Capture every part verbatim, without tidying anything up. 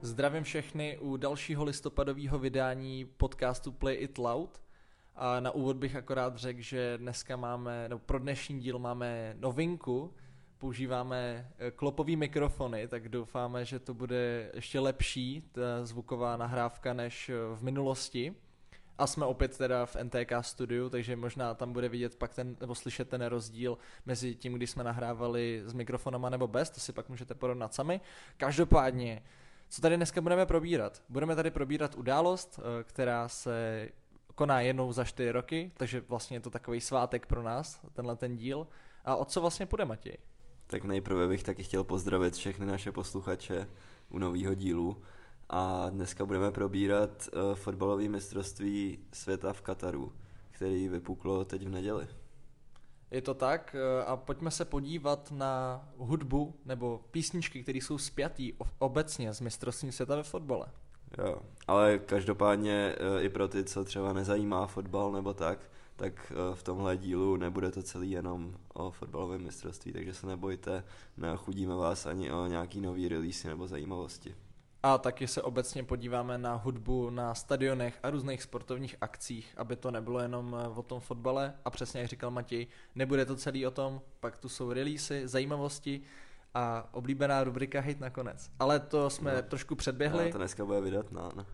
Zdravím všechny u dalšího listopadového vydání podcastu Play It Loud. A na úvod bych akorát řekl, že dneska máme, no pro dnešní díl máme novinku. Používáme klopový mikrofony, tak doufáme, že to bude ještě lepší, ta zvuková nahrávka, než v minulosti. A jsme opět teda v N T K studiu, takže možná tam bude vidět pak ten, nebo slyšet ten rozdíl mezi tím, když jsme nahrávali s mikrofonama nebo bez, to si pak můžete porovnat sami. Každopádně, co tady dneska budeme probírat? Budeme tady probírat událost, která se koná jednou za čtyři roky, takže vlastně je to takový svátek pro nás, tenhle ten díl. A o co vlastně půjde, Matěj? Tak nejprve bych taky chtěl pozdravit všechny naše posluchače u nového dílu. A dneska budeme probírat uh, fotbalové mistrovství světa v Kataru, který vypuklo teď v neděli. Je to tak a pojďme se podívat na hudbu nebo písničky, které jsou spjatý obecně s mistrovstvím světa ve fotbale. Jo, ale každopádně uh, i pro ty, co třeba nezajímá fotbal nebo tak, tak uh, v tomhle dílu nebude to celý jenom o fotbalovém mistrovství, takže se nebojte, neochudíme vás ani o nějaký nový release nebo zajímavosti. A taky se obecně podíváme na hudbu na stadionech a různých sportovních akcích, aby to nebylo jenom o tom fotbale. A přesně jak říkal Matěj, nebude to celý o tom, pak tu jsou releasy, zajímavosti a oblíbená rubrika Hejt nakonec. Ale to jsme no, trošku předběhli. No, to dneska bude vydatná, no.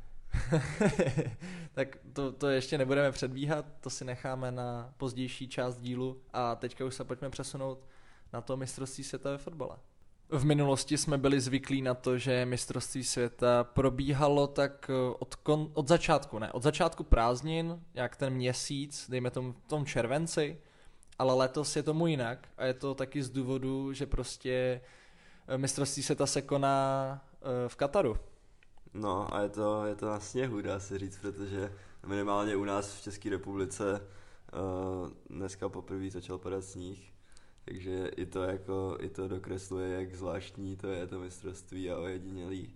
Tak to, to ještě nebudeme předbíhat, to si necháme na pozdější část dílu a teďka už se pojďme přesunout na to mistrovství světa ve fotbale. V minulosti jsme byli zvyklí na to, že mistrovství světa probíhalo tak od, kon, od začátku, ne, od začátku prázdnin, jak ten měsíc, dejme tomu v tom červenci, ale letos je tomu jinak a je to taky z důvodu, že prostě mistrovství světa se koná v Kataru. No a je to, je to na sněhu, dá se říct, protože minimálně u nás v České republice uh, dneska poprvé začal padat sníh. Takže i to jako, i to dokresluje, jak zvláštní to je to mistrovství a ojedinělý.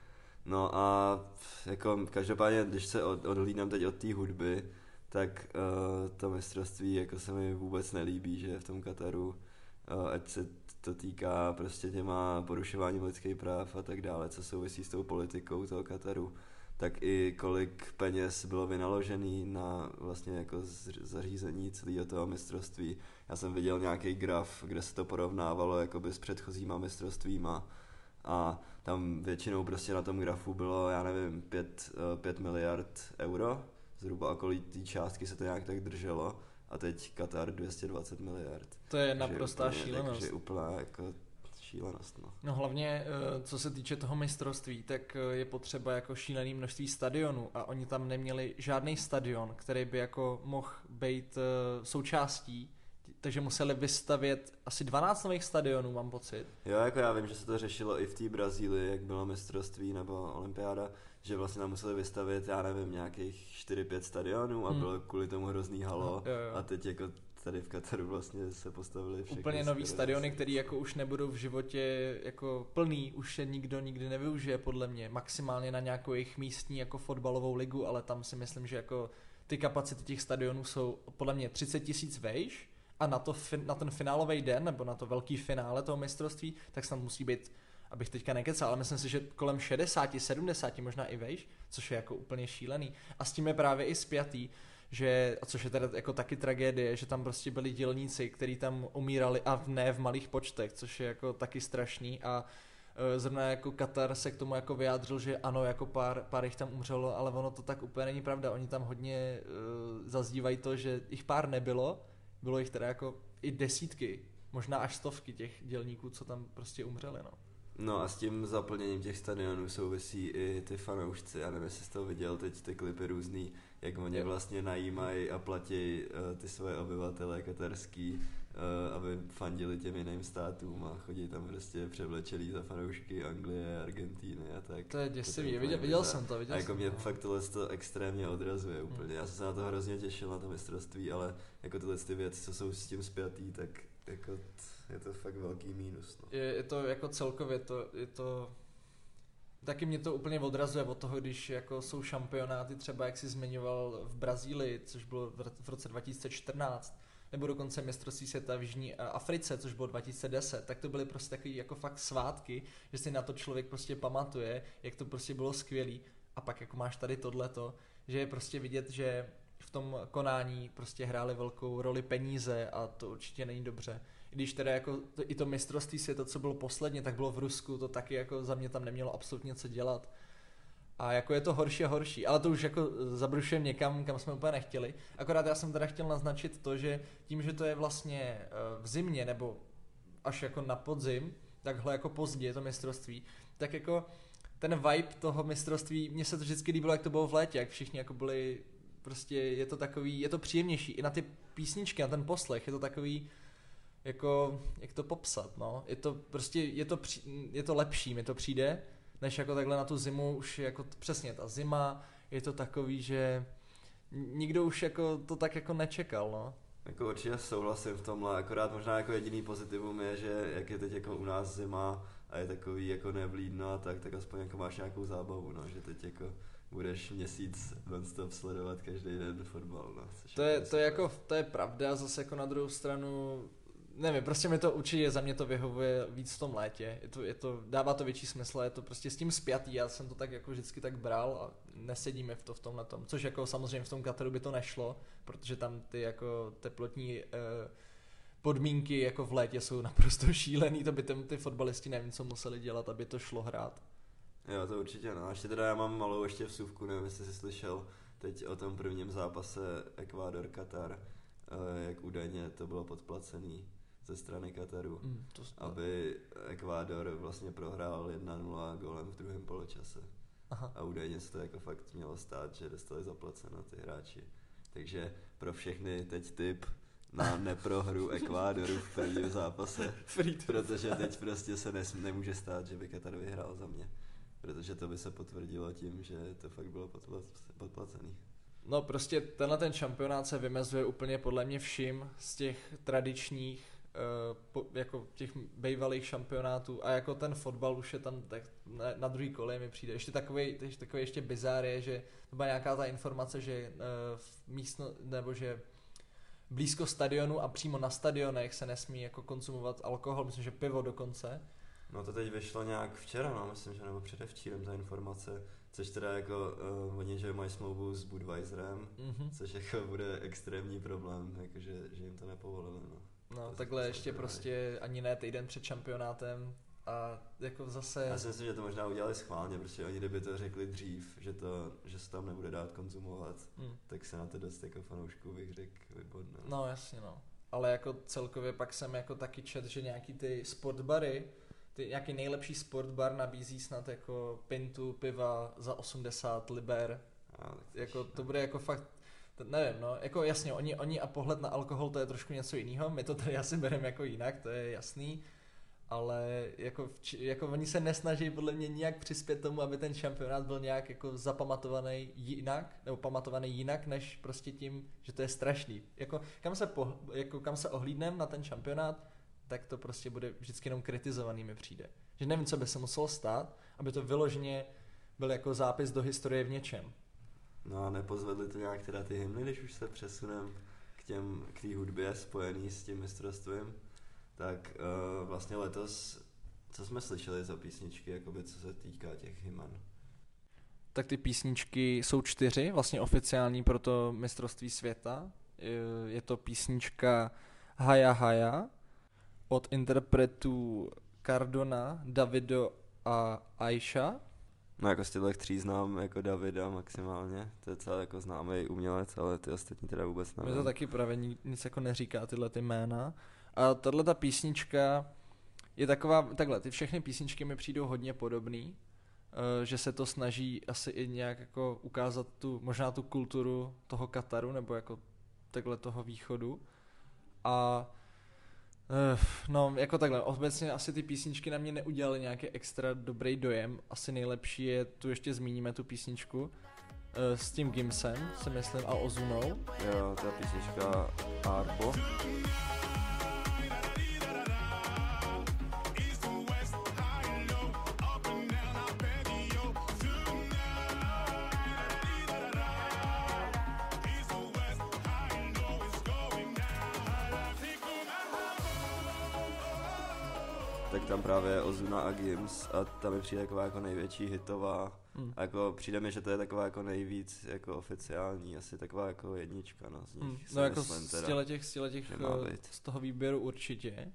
No a jako každopádně, když se od, odhlídnám teď od té hudby, tak uh, to mistrovství jako se mi vůbec nelíbí, že je v tom Kataru, uh, ať se to týká prostě těma porušováním lidských práv a tak dále, co souvisí s tou politikou toho Kataru, tak i kolik peněz bylo vynaložený na vlastně jako zařízení celého toho mistrovství. Já jsem viděl nějaký graf, kde se to porovnávalo jakoby s předchozíma mistrovstvíma a tam většinou prostě na tom grafu bylo, já nevím, pět miliard euro, zhruba okolí té částky se to nějak tak drželo a teď Katar dvě stě dvacet miliard. To je naprostá šílenost. Takže úplná jako šílenost, no. No hlavně, co se týče toho mistrovství, tak je potřeba jako šílený množství stadionů a oni tam neměli žádný stadion, který by jako mohl být součástí, takže museli vystavět asi dvanáct nových stadionů, mám pocit. Jo, jako já vím, že se to řešilo i v té Brazílii, jak bylo mistrovství nebo olympiáda, že vlastně tam museli vystavět, já nevím, nějakých čtyři pět stadionů a hmm. bylo kvůli tomu hrozný halo jo, jo. A teď jako tady v Kataru vlastně se postavili všechny. Úplně nový stadiony, které jako už nebudou v životě jako plný, už je nikdo nikdy nevyužije podle mě, maximálně na nějakou jejich místní jako fotbalovou ligu, ale tam si myslím, že jako ty kapacity těch stadionů jsou podle mě třicet tisíc vejš a na, to, na ten finálový den, nebo na to velký finále toho mistrovství, tak tam musí být, abych teďka nekecal, ale myslím si, že kolem šedesát, sedmdesát, možná i vejš, což je jako úplně šílený. A s tím je právě i spjatý, že, a což je teda jako taky tragédie, že tam prostě byli dělníci, kteří tam umírali a ne v malých počtech, což je jako taky strašný a e, zrovna jako Katar se k tomu jako vyjádřil, že ano, jako pár, pár jich tam umřelo, ale ono to tak úplně není pravda, oni tam hodně e, zazdívají to, že jich pár nebylo, bylo jich teda jako i desítky, možná až stovky těch dělníků, co tam prostě umřeli, no. No a s tím zaplněním těch stadionů souvisí i ty fanoušci. Já nevím, jestli jsi to viděl teď ty klipy různý, jak oni vlastně najímají a platí uh, ty svoje obyvatele katarský, uh, aby fandili těm jiným státům a chodí tam prostě převlečelí za fanoušky Anglie, Argentíny a tak. To je děsivý, viděl, viděl jsem to, viděl a jako jsem mě to. fakt tohle to extrémně odrazuje úplně. Hmm. Já jsem se na to hrozně těšil, na to mistrovství, ale jako tyhle ty věci, co jsou s tím spjatý, tak jako t- je to fakt velký mínus. No. Je, je to jako celkově, to, je to... Taky mě to úplně odrazuje od toho, když jako jsou šampionáty, třeba jak jsi zmiňoval v Brazílii, což bylo v roce dva tisíce čtrnáct, nebo dokonce mistrovství světa v Jižní Africe, což bylo dva tisíce deset, tak to byly prostě takový jako fakt svátky, že si na to člověk prostě pamatuje, jak to prostě bylo skvělý. A pak jako máš tady tohleto, že je prostě vidět, že v tom konání prostě hrály velkou roli peníze a to určitě není dobře. I když teda jako to, i to mistrovství světa, co bylo posledně, tak bylo v Rusku, to taky jako za mě tam nemělo absolutně co dělat. A jako je to horší a horší, ale to už jako zabrušujeme někam, kam jsme úplně nechtěli. Akorát já jsem teda chtěl naznačit to, že tím, že to je vlastně v zimě nebo až jako na podzim, takhle jako pozdě to mistrovství, tak jako ten vibe toho mistrovství, mně se to vždycky líbilo, jak to bylo v létě, jak všichni jako byli, prostě je to takový, je to příjemnější, i na ty písničky, na ten poslech, je to takový, jako, jak to popsat, no, je to prostě, je to, je to lepší, mi to přijde, než jako takhle na tu zimu, už jako přesně ta zima, je to takový, že nikdo už jako to tak jako nečekal, no. Jako určitě souhlasím v tomhle, akorát možná jako jediný pozitivum je, že jak je teď jako u nás zima a je takový jako nevlídno a tak, tak aspoň jako máš nějakou zábavu, no, že teď jako budeš měsíc non-stop sledovat každý den fotbal, no. To je, to je jako, to je pravda, zase jako na druhou stranu, nevím, prostě mi to určitě, za mě to vyhovuje víc v tom létě, je to, je to, dává to větší smysl, je to prostě s tím spjatý, já jsem to tak jako vždycky tak bral a nesedíme v to v tomhle tom, což jako samozřejmě v tom Kataru by to nešlo, protože tam ty jako teplotní eh, podmínky jako v létě jsou naprosto šílený, to by tam ty fotbalisti nevím, co museli dělat, aby to šlo hrát. Jo, to určitě no, ještě teda já mám malou ještě vsuvku, nevím, jestli jsi slyšel teď o tom prvním zápase Ekvádor-Katar, eh, jak údajně to bylo podplacený ze strany Kataru, mm, to aby Ekvádor vlastně prohrál jedna nula gólem v druhém poločase. Aha. A údajně se to jako fakt mělo stát, že dostali zaplaceno ty hráči. Takže pro všechny teď tip na neprohru Ekvádoru v prvním zápase, protože teď prostě se nes- nemůže stát, že by Katar vyhrál za mě, protože to by se potvrdilo tím, že to fakt bylo podplacený. No prostě tenhle ten šampionát se vymezuje úplně podle mě vším z těch tradičních po, jako těch bývalých šampionátů a jako ten fotbal už je tam tak na, na druhý kolej mi přijde. Ještě takový, ještě takový ještě bizár je, že to byla nějaká ta informace, že uh, v místno, nebo že blízko stadionu a přímo na stadionech se nesmí jako konzumovat alkohol, myslím, že pivo dokonce. No to teď vyšlo nějak včera, no, myslím, že nebo předevčírem ta informace, což teda jako uh, oni, že mají smlouvu s Budweiserem, mm-hmm. což jako bude extrémní problém, jakože, že jim to nepovolili, no. No, to takhle ještě prostě ani ne týden před šampionátem a jako zase... Já si myslím, že to možná udělali schválně, protože oni kdyby to řekli dřív, že, to, že se tam nebude dát konzumovat, hmm. tak se na to dost jako fanoušků bych řekl vybodne. No jasně no, ale jako celkově pak jsem jako taky čet, že nějaký ty sportbary, ty nějaký nejlepší sportbar nabízí snad jako pintu piva za osmdesát liber, a, jako to bude jako fakt... Nevím, no, jako jasně, oni, oni a pohled na alkohol to je trošku něco jiného, my to tady asi bereme jako jinak, to je jasný, ale jako, jako oni se nesnaží podle mě nijak přispět tomu, aby ten šampionát byl nějak jako zapamatovaný jinak, nebo pamatovaný jinak, než prostě tím, že to je strašný. Jako kam se, po, jako kam se ohlídnem na ten šampionát, tak to prostě bude vždycky jenom kritizovaný mi přijde. Že nevím, co by se muselo stát, aby to vyloženě byl jako zápis do historie v něčem. No a nepozvedli to nějak teda ty hymny, když už se přesunem k těm, k té hudbě spojený s tím mistrovstvím, tak uh, vlastně letos, co jsme slyšeli za písničky, jakoby co se týká těch hymen? Tak ty písničky jsou čtyři, vlastně oficiální pro to mistrovství světa. Je to písnička Haja Haja od interpretů Cardona, Davido a Aisha. No jako z těchto tří znám jako Davida maximálně, to je celý jako známý umělec, ale ty ostatní teda vůbec nevím. Mě to taky právě nic jako neříká tyhle ty jména. A tato písnička je taková, takhle, ty všechny písničky mi přijdou hodně podobný, že se to snaží asi i nějak jako ukázat tu, možná tu kulturu toho Kataru, nebo jako takhle toho východu. A no, jako takhle, obecně asi ty písničky na mě neudělaly nějaký extra dobrý dojem. Asi nejlepší je, tu ještě zmíníme tu písničku s tím Gimsem, si myslím, a Ozunou. Jo, ta písnička Arbo. tak tam právě je Ozuna a Gims a tam mi přijde taková jako největší hitová. Hmm. A jako přijde mi, že to je taková jako nejvíc jako oficiální, asi taková jako jednička, no, z nich. Hmm. No jako myslím, z těch, z těch, z toho výběru určitě.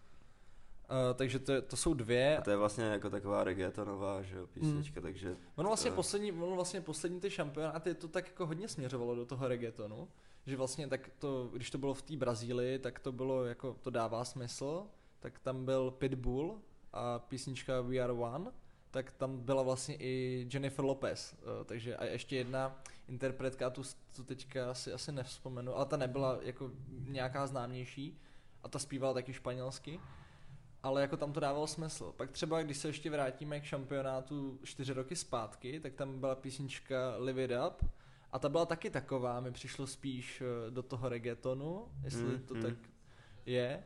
Uh, takže to, to jsou dvě. A to je vlastně jako taková reggaetonová, že jo, písnička, hmm. takže... Ono vlastně, to... poslední, ono vlastně poslední ty šampionáty to tak jako hodně směřovalo do toho reggaetonu, že vlastně tak to, když to bylo v té Brazílii, tak to bylo jako, to dává smysl, tak tam byl Pitbull a písnička We Are One, tak tam byla vlastně i Jennifer Lopez, uh, takže a ještě jedna interpretka, tu, tu teďka asi, asi nevzpomenu, ale ta nebyla jako nějaká známější a ta zpívala taky španělsky. Ale jako tam to dávalo smysl. Pak třeba, když se ještě vrátíme k šampionátu čtyři roky zpátky, tak tam byla písnička Live It Up a ta byla taky taková, mi přišlo spíš do toho reggaetonu, jestli mm, to mm. tak je.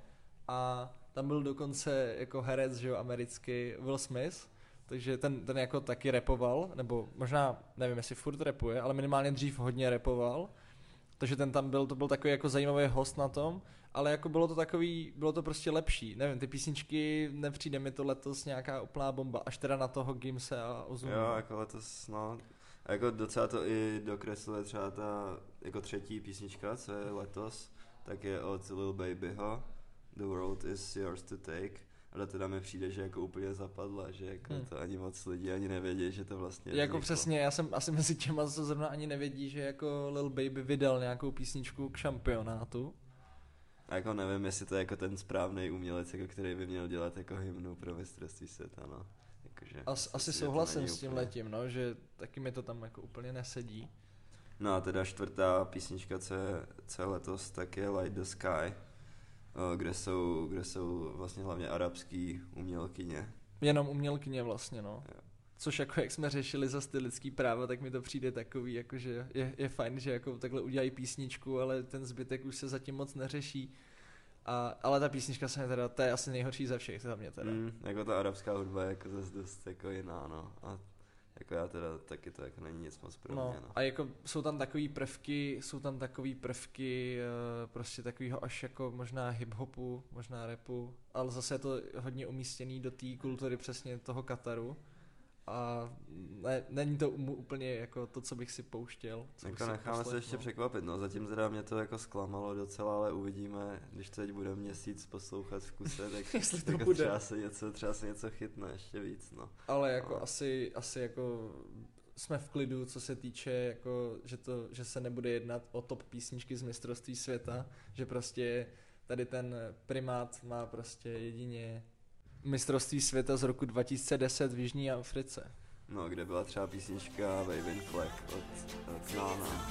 A tam byl dokonce jako herec, že jo, americký Will Smith, takže ten, ten jako taky rapoval, nebo možná, nevím, jestli furt rapuje, ale minimálně dřív hodně rapoval. Takže ten tam byl, to byl takový jako zajímavý host na tom, ale jako bylo to takový, bylo to prostě lepší. Nevím, ty písničky, nepřijde mi to letos nějaká úplná bomba, až teda na toho Gimse a Ozuna. Jo, jako letos, no, a jako docela to i dokresluje třeba ta jako třetí písnička, co je letos, tak je od Lil Babyho, The World Is Yours to Take. Ale teda mi přijde, že jako úplně zapadla, že jako hmm. to ani moc lidí ani nevědí, že to vlastně jako vzniklo. Přesně, já jsem asi mezi těma, co zrovna ani nevědí, že jako Lil Baby vydal nějakou písničku k šampionátu. A jako nevím, jestli to je jako ten správný umělec, jako který by měl dělat jako hymnu pro mistrovství světa, no. Jakože, As, asi souhlasím s tím letím, no, že taky mi to tam jako úplně nesedí. No a teda čtvrtá písnička, co je, co je letos, tak je Light the Sky. Kde jsou, kde jsou vlastně hlavně arabský umělkyně. Jenom umělkyně vlastně, no. Jo. Což jako jak jsme řešili za ty lidský práva, tak mi to přijde takový, jakože je, je fajn, že jako takhle udělají písničku, ale ten zbytek už se zatím moc neřeší. A, ale ta písnička se mi teda, to je asi nejhorší ze všech za mě teda. Mm, jako ta arabská hudba je jako zase dost jako jiná, no. A jako já teda taky to jako není nic moc pro no, mě, no. A jako jsou tam takový prvky, jsou tam takový prvky uh, prostě takovýho až jako možná hip-hopu, možná rapu, ale zase je to hodně umístěný do té kultury přesně toho Kataru a ne, není to úplně jako to, co bych si pouštěl. Jako necháme se ještě no. překvapit, no zatím teda mě to jako zklamalo docela, ale uvidíme, když teď bude měsíc poslouchat v kuse, tak, Jestli to tak bude. Třeba, se něco, třeba se něco chytne ještě víc, no. Ale jako ale... asi, asi jako jsme v klidu, co se týče, jako, že, to, že se nebude jednat o top písničky z mistrovství světa, že prostě tady ten primát má prostě jedině mistrovství světa z roku dva tisíce deset v Jižní Africe. No, kde byla třeba písnička Waving Flag od, od Nana.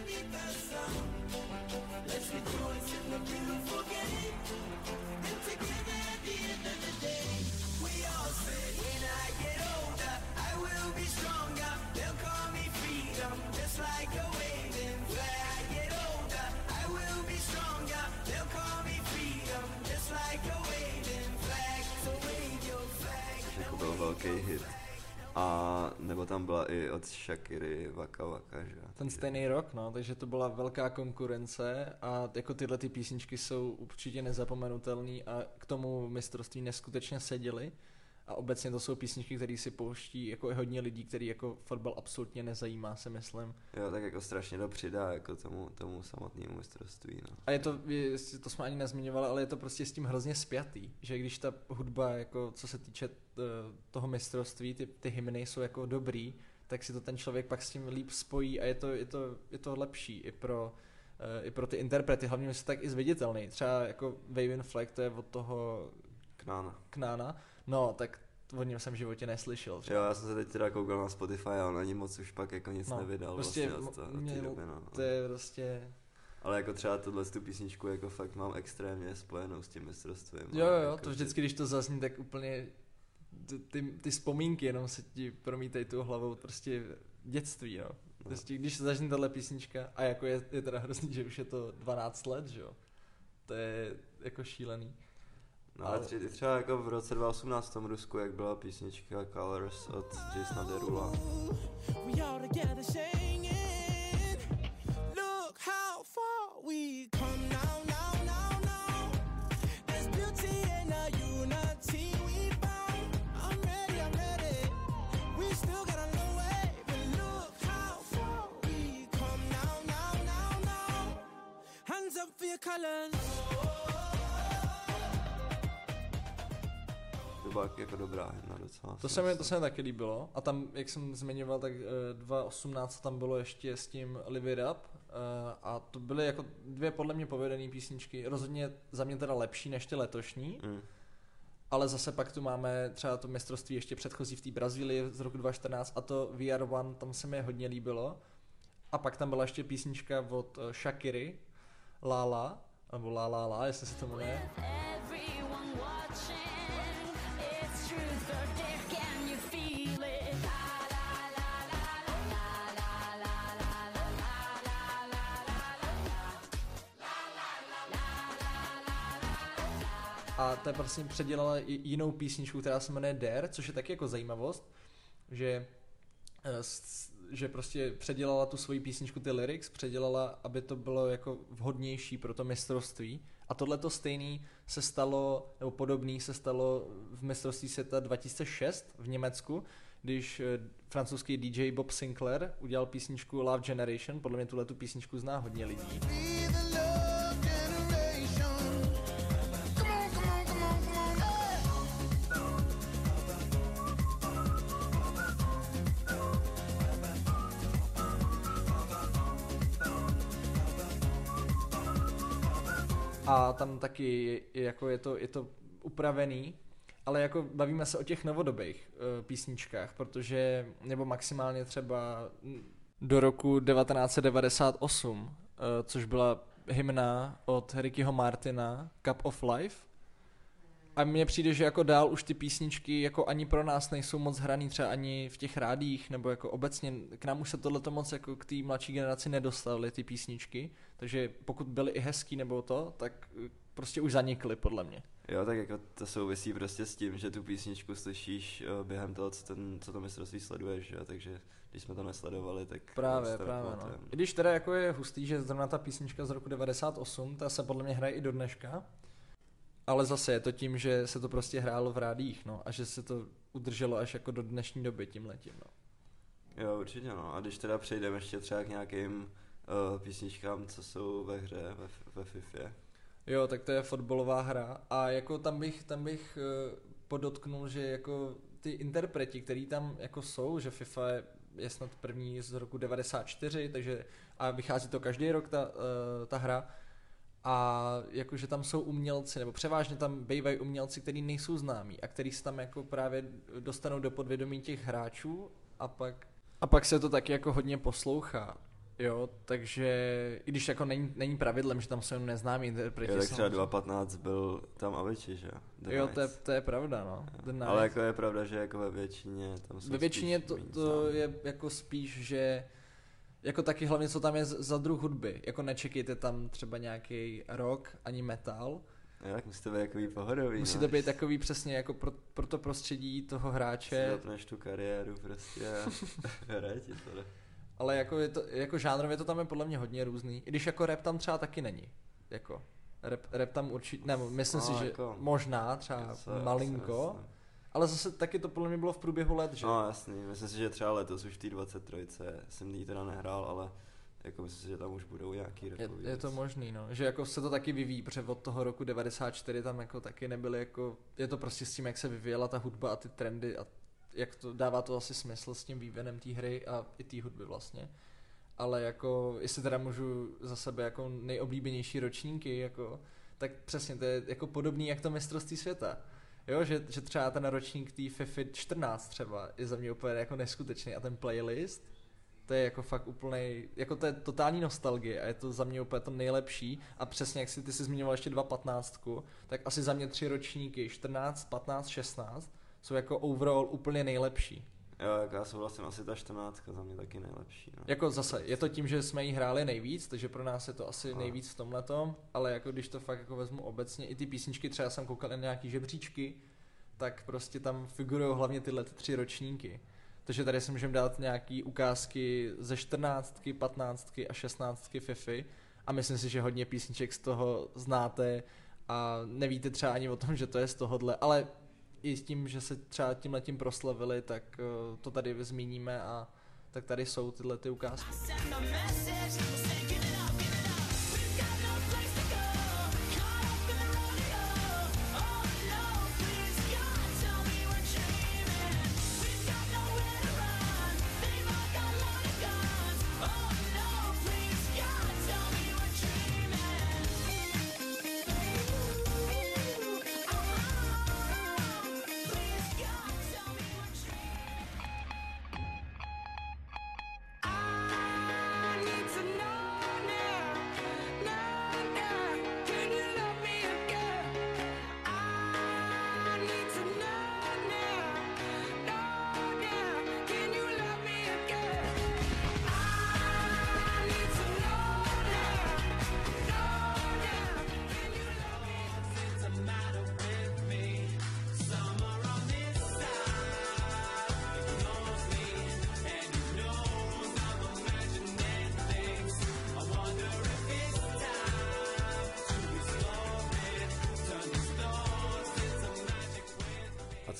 Jako byl velký hit. A nebo tam byla i od Shakiry Waka Waka, že? Ten stejný rok, no, takže to byla velká konkurence a jako tyhle ty písničky jsou určitě nezapomenutelný a k tomu mistrovství neskutečně seděly a obecně to jsou písničky, které si pouští jako i hodně lidí, který jako fotbal absolutně nezajímá, se myslím. Jo, tak jako strašně to přidá jako tomu, tomu samotnému mistrovství, no. A je to, to jsme ani nezmiňovali, ale je to prostě s tím hrozně spjatý, že když ta hudba, jako co se týče toho mistrovství, ty, ty hymny jsou jako dobrý, tak si to ten člověk pak s tím líp spojí a je to, je to, je to lepší i pro, i pro ty interprety, hlavně jsou tak i zviditelný. Třeba jako Waving Flag, to je od toho Knána. Knána, no tak o něm jsem v životě neslyšel. Třeba. Jo, já jsem se teď teda koukal na Spotify a on ani moc už pak jako nic no, nevydal prostě vlastně od, to, od té doby, no. To je prostě... Ale jako třeba tohle tu písničku jako fakt mám extrémně spojenou s tím mistrovstvím. Jo, jo, jako to vždycky, když to zazní, tak úplně ty, ty vzpomínky jenom se ti promítají tou hlavou, prostě dětství, no. Prostě, když se začne tahle písnička, a jako je, je teda hrozný, že už je to dvanáct let, že jo. To je jako šílený. No ale tři, třeba jako v roce dva tisíce osmnáct v tom Rusku, jak byla písnička Colors od Jasona Derula. We come now, now, now, now. There's beauty in our unity. To byla jako dobrá hymna docela. To se mi, to se mi taky líbilo. A tam, jak jsem zmiňoval, tak dva tisíce osmnáct tam bylo ještě s tím Live It Up. A to byly jako dvě podle mě povedené písničky. Rozhodně za mě teda lepší než ty letošní. Mm. Ale zase pak tu máme třeba to mistrovství ještě předchozí v té Brazílii z roku dva tisíce čtrnáct a to V R One, tam se mi hodně líbilo. A pak tam byla ještě písnička od Shakiry, Lala, nebo La La La, jestli se to jmenuje. A ta prostě předělala jinou písničku, která se jmenuje Dare, což je taky jako zajímavost, že, že prostě předělala tu svoji písničku, ty lyrics, předělala, aby to bylo jako vhodnější pro to mistrovství. A tohleto stejný se stalo, nebo podobný se stalo v mistrovství světa dva tisíce šest v Německu, když francouzský D J Bob Sinclair udělal písničku Love Generation, podle mě tuhletu písničku zná hodně lidí. A tam taky jako je to, je to upravený, ale jako bavíme se o těch novodobých uh, písničkách, protože, nebo maximálně třeba do roku devatenáct set devadesát osm, uh, což byla hymna od Rickyho Martina, Cup of Life. A mně přijde, že jako dál už ty písničky jako ani pro nás nejsou moc hraný, třeba ani v těch rádiích, nebo jako obecně k nám už se tohleto moc jako k té mladší generaci nedostaly ty písničky, takže pokud byly i hezký nebo to, tak prostě už zanikly podle mě. Jo, tak jako to souvisí prostě s tím, že tu písničku slyšíš během toho, co, ten, co to mistrovství sleduješ, jo? Takže když jsme to nesledovali, tak... Právě, právě, no. I když teda jako je hustý, že zrovna ta písnička z roku devadesát osm, ta se podle mě hraje i do dneška, ale zase je to tím, že se to prostě hrálo v rádiích, no, a že se to udrželo až jako do dnešní doby tímhletím, no. Jo, určitě, no. A když teda přejdeme ještě třeba k nějakým uh, písničkám, co jsou ve hře, ve, ve FIFA. Jo, tak to je fotbalová hra a jako tam bych, tam bych uh, podotknul, že jako ty interpreti, který tam jako jsou, že FIFA je, je snad první z roku devadesát čtyři, takže a vychází to každý rok ta, uh, ta hra, a jakože tam jsou umělci, nebo převážně tam bývají umělci, kteří nejsou známí a kteří se tam jako právě dostanou do podvědomí těch hráčů a pak, a pak se to taky jako hodně poslouchá, jo, takže i když jako není, není pravidlem, že tam jsou neznámí interpreti. Jo, tak třeba dva patnáct byl tam Avicii, že jo? Jo, to je, to je pravda, no. Ale jako je pravda, že jako ve většině tam jsou Ve většině to, to je jako spíš, že jako taky hlavně, co tam je za druh hudby. Jako nečekejte tam třeba nějaký rock, ani metal. Jo, tak musíte být takový pohodový. Musíte no, být takový přesně jako pro, pro to prostředí toho hráče. Si zapneš tu kariéru prostě a hraje ti to. Ale jako, je to, jako žánrově to tam je podle mě hodně různý. I když jako rap tam třeba taky není. Jako rap, rap tam určitě, ne, myslím no, si, jako, že možná třeba se, malinko. Jasný. Ale zase taky to podle mě bylo v průběhu let, že? No jasný, myslím si, že třeba letos už v té dvacet tři jsem jí teda nehrál, ale jako myslím si, že tam už budou nějaký rapový. Je, je to možný, no, že jako se to taky vyvíjí, protože od toho roku devadesát čtyři tam jako taky nebyly jako, je to prostě s tím, jak se vyvíjela ta hudba a ty trendy a jak to, dává to asi smysl s tím vývinem té hry a i té hudby vlastně. Ale jako, jestli teda můžu za sebe jako nejoblíbenější ročníky, jako, tak přesně to je jako podobný jak to mistrovství světa. Jo, že, že třeba ten ročník té FIFA čtrnáct třeba je za mě úplně jako neskutečný a ten playlist, to je jako fakt úplnej, jako to je totální nostalgie a je to za mě úplně to nejlepší a přesně jak si ty si zmiňoval ještě dva patnáctku, tak asi za mě tři ročníky, čtrnáct, patnáct, šestnáct jsou jako overall úplně nejlepší. Jo, jak já souhlasím, asi ta čtrnáctka za mě taky nejlepší. No. Jako zase, je to tím, že jsme jí hráli nejvíc, takže pro nás je to asi a. nejvíc v tomhletom, ale jako když to fakt jako vezmu obecně, i ty písničky, třeba jsem koukal na nějaký žebříčky, tak prostě tam figurují hlavně tyhle ty tři ročníky. Takže tady si můžeme dát nějaký ukázky ze čtrnáctky, patnáctky a šestnáctky FIFA a myslím si, že hodně písniček z toho znáte a nevíte třeba ani o tom, že to je z tohohle, ale i s tím, že se třeba tímhletím proslavili, tak uh, to tady zmíníme a tak tady jsou tyhle ty ukázky.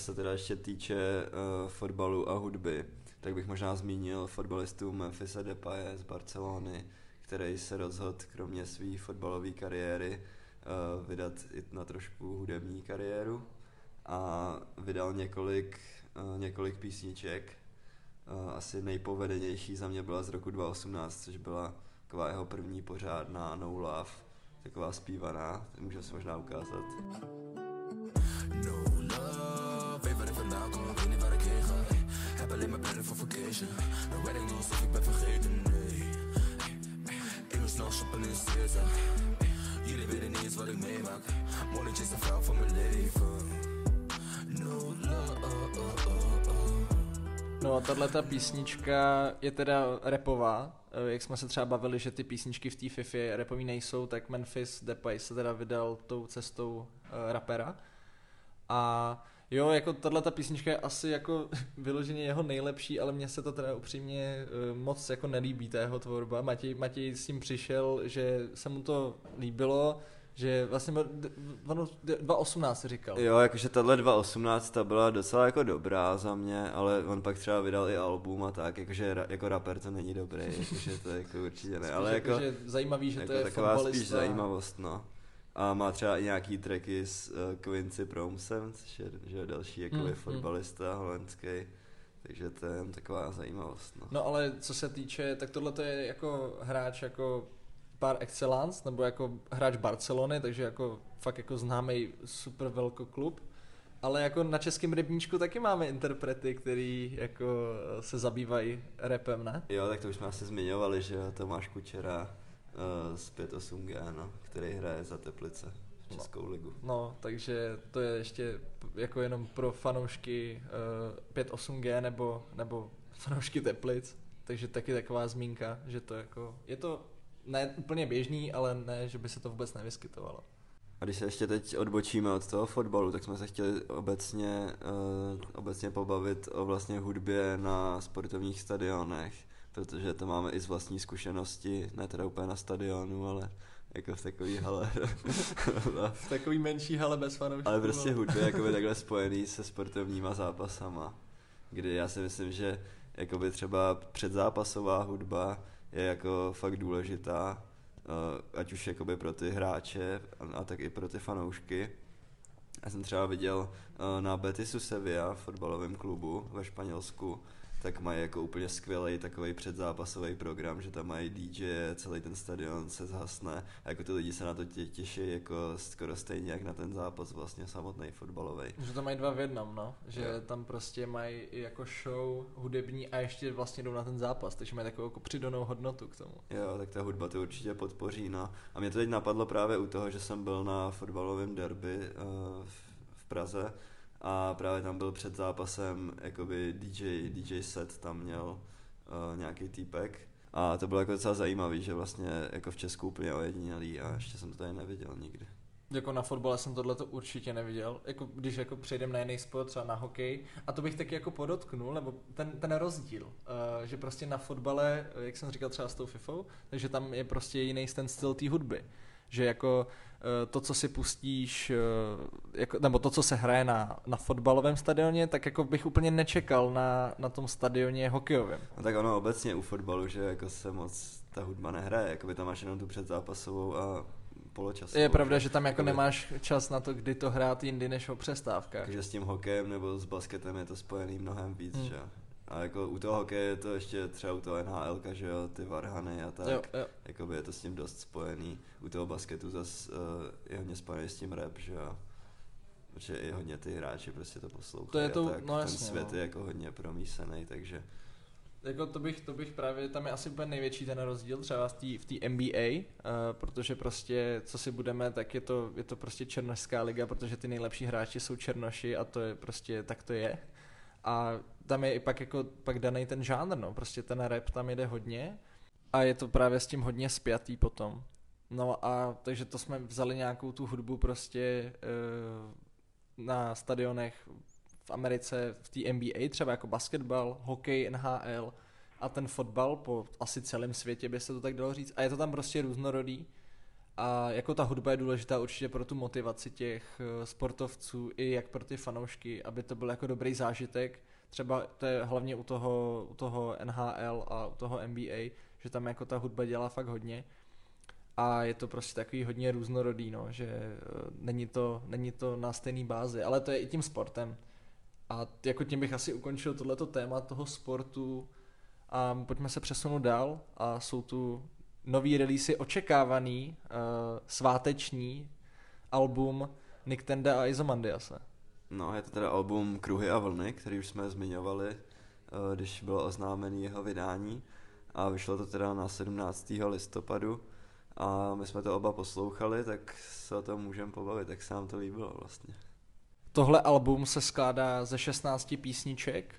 se teda ještě týče uh, fotbalu a hudby, tak bych možná zmínil fotbalistu Memphise Depaye z Barcelony, který se rozhodl kromě své fotbalové kariéry uh, vydat i na trošku hudební kariéru a vydal několik, uh, několik písniček. Uh, asi nejpovedenější za mě byla z roku dva tisíce osmnáct, což byla taková jeho první pořádná No Love, taková zpívaná, můžeme si možná ukázat. No love, even if vandaag kom, ik weet niet waar ik heen ga. Heb alleen maar plannen voor vacation. Nou weet ik niet of ik ben vergeten, nee. Ik moet snel shoppen in Caesar. Jullie weten niet eens wat ik meemaak. Monnetje is de vrouw van mijn leven. No love. No a tato písnička je teda rapová, jak jsme se třeba bavili, že ty písničky v té FIFA rapový nejsou, tak Memphis Depay se teda vydal tou cestou uh, rapera. A jo, jako tato písnička je asi jako vyloženě jeho nejlepší, ale mně se to teda upřímně uh, moc jako nelíbí, ta jeho tvorba. Matěj, Matěj s tím přišel, že se mu to líbilo, že vlastně dva tisíce osmnáct říkal. Jo, jakože tahle dva tisíce osmnáct ta byla docela jako dobrá za mě, ale on pak třeba vydal i album a tak, jakože ra, jako rapper to není dobrý, jakože to jako určitě ne, spíš ale jako, jako že zajímavý, že jako to je taková fotbalista. Spíš zajímavost, no. A má třeba i nějaký tracky s uh, Quincy Promsem, což je, že je další jako mm, fotbalista mm. holandský, takže to je jen taková zajímavost, no. No ale co se týče, tak tohle to je jako hráč jako par excellence, nebo jako hráč Barcelony, takže jako fakt jako známý super velkoklub, ale jako na českém rybníčku taky máme interprety, který jako se zabývají rapem, ne? Jo, tak to už jsme asi zmiňovali, že jo, Tomáš Kučera uh, z pět osm G, no, který hraje za Teplice v Českou no. ligu. No, takže to je ještě jako jenom pro fanoušky uh, pět osm G nebo, nebo fanoušky Teplic, takže taky taková zmínka, že to jako, je to ne úplně běžný, ale ne, že by se to vůbec nevyskytovalo. A když se ještě teď odbočíme od toho fotbalu, tak jsme se chtěli obecně, uh, obecně pobavit o vlastně hudbě na sportovních stadionech, protože to máme i z vlastní zkušenosti, ne teda úplně na stadionu, ale jako v takový hale. V takový menší hale bez fanoušků. Ale prostě hudby jakoby takhle spojený se sportovníma zápasama, kdy já si myslím, že jakoby třeba předzápasová hudba je jako fakt důležitá, ať už jakoby pro ty hráče a tak i pro ty fanoušky. Já jsem třeba viděl na Betisu Sevilla, fotbalovém klubu ve Španělsku, tak mají jako úplně skvělý takový předzápasový program, že tam mají dý džej, celý ten stadion se zhasne a jako ty lidi se na to tě, těší jako skoro stejně jak na ten zápas vlastně samotný fotbalový. Že to mají dva v jednom, no, že jo. Tam prostě mají jako show hudební a ještě vlastně jdou na ten zápas, takže mají takovou jako přidanou hodnotu k tomu. Jo, tak ta hudba to určitě podpoří, no. A mě to teď napadlo právě u toho, že jsem byl na fotbalovém derby uh, v, v Praze, a právě tam byl před zápasem jakoby dý džej, dý džej set tam měl uh, nějaký týpek a to bylo jako docela zajímavý, že vlastně jako v Česku úplně ojedinělý a ještě jsem to tady neviděl nikdy. Jako na fotbale jsem tohleto určitě neviděl, jako když jako přejdem na jiný sport, třeba na hokej, a to bych taky jako podotknul, nebo ten, ten rozdíl, uh, že prostě na fotbale, jak jsem říkal třeba s tou fifou, takže tam je prostě jiný ten styl té hudby. Že jako to, co si pustíš, jako, nebo to, co se hraje na, na fotbalovém stadioně, tak jako bych úplně nečekal na, na tom stadioně hokejovém. No tak ono obecně u fotbalu, že jako se moc ta hudba nehraje, jakoby tam máš jenom tu předzápasovou a poločasovou. Je pravda, že tam jako jakoby nemáš čas na to, kdy to hrát jindy než o přestávkách. Takže s tím hokejem nebo s basketem je to spojený mnohem víc, hmm. že? A jako u toho hokeje je to ještě třeba u toho en há elka, že jo, ty varhany a tak, jo, jo. Jakoby je to s tím dost spojený. U toho basketu zase uh, je hodně spojený s tím rap, že jo, protože i hodně ty hráči prostě to poslouchají to je to, a tak, no ten jasně, svět no. je jako hodně promísený, takže... Jako to bych, to bych právě, tam je asi úplně největší ten rozdíl třeba v té en bé á, uh, protože prostě, co si budeme, tak je to, je to prostě černošská liga, protože ty nejlepší hráči jsou černoši a to je prostě, tak to je. A tam je i pak jako pak daný ten žánr, no, prostě ten rap tam jede hodně a je to právě s tím hodně spjatý potom. No a takže to jsme vzali nějakou tu hudbu prostě uh, na stadionech v Americe, v té en bé á, třeba jako basketbal, hokej, en há el a ten fotbal po asi celém světě by se to tak dalo říct. A je to tam prostě různorodý A jako ta hudba je důležitá určitě pro tu motivaci těch uh, sportovců i jak pro ty fanoušky, aby to byl jako dobrý zážitek. Třeba to je hlavně u toho, u toho N H L a u toho N B A, že tam jako ta hudba dělá fakt hodně. A je to prostě takový hodně různorodý, no, že uh, není to, není to na stejný bázi, ale to je i tím sportem. A jako tím bych asi ukončil tohleto téma toho sportu a pojďme se přesunout dál a jsou tu nový releasy očekávaný, uh, sváteční album Nicktenda a Izomandiase. No, je to teda album Kruhy a vlny, který už jsme zmiňovali, uh, když bylo oznámený jeho vydání a vyšlo to teda na sedmnáctého listopadu a my jsme to oba poslouchali, tak se o tom můžeme pobavit, jak se nám to líbilo vlastně. Tohle album se skládá ze šestnácti písniček.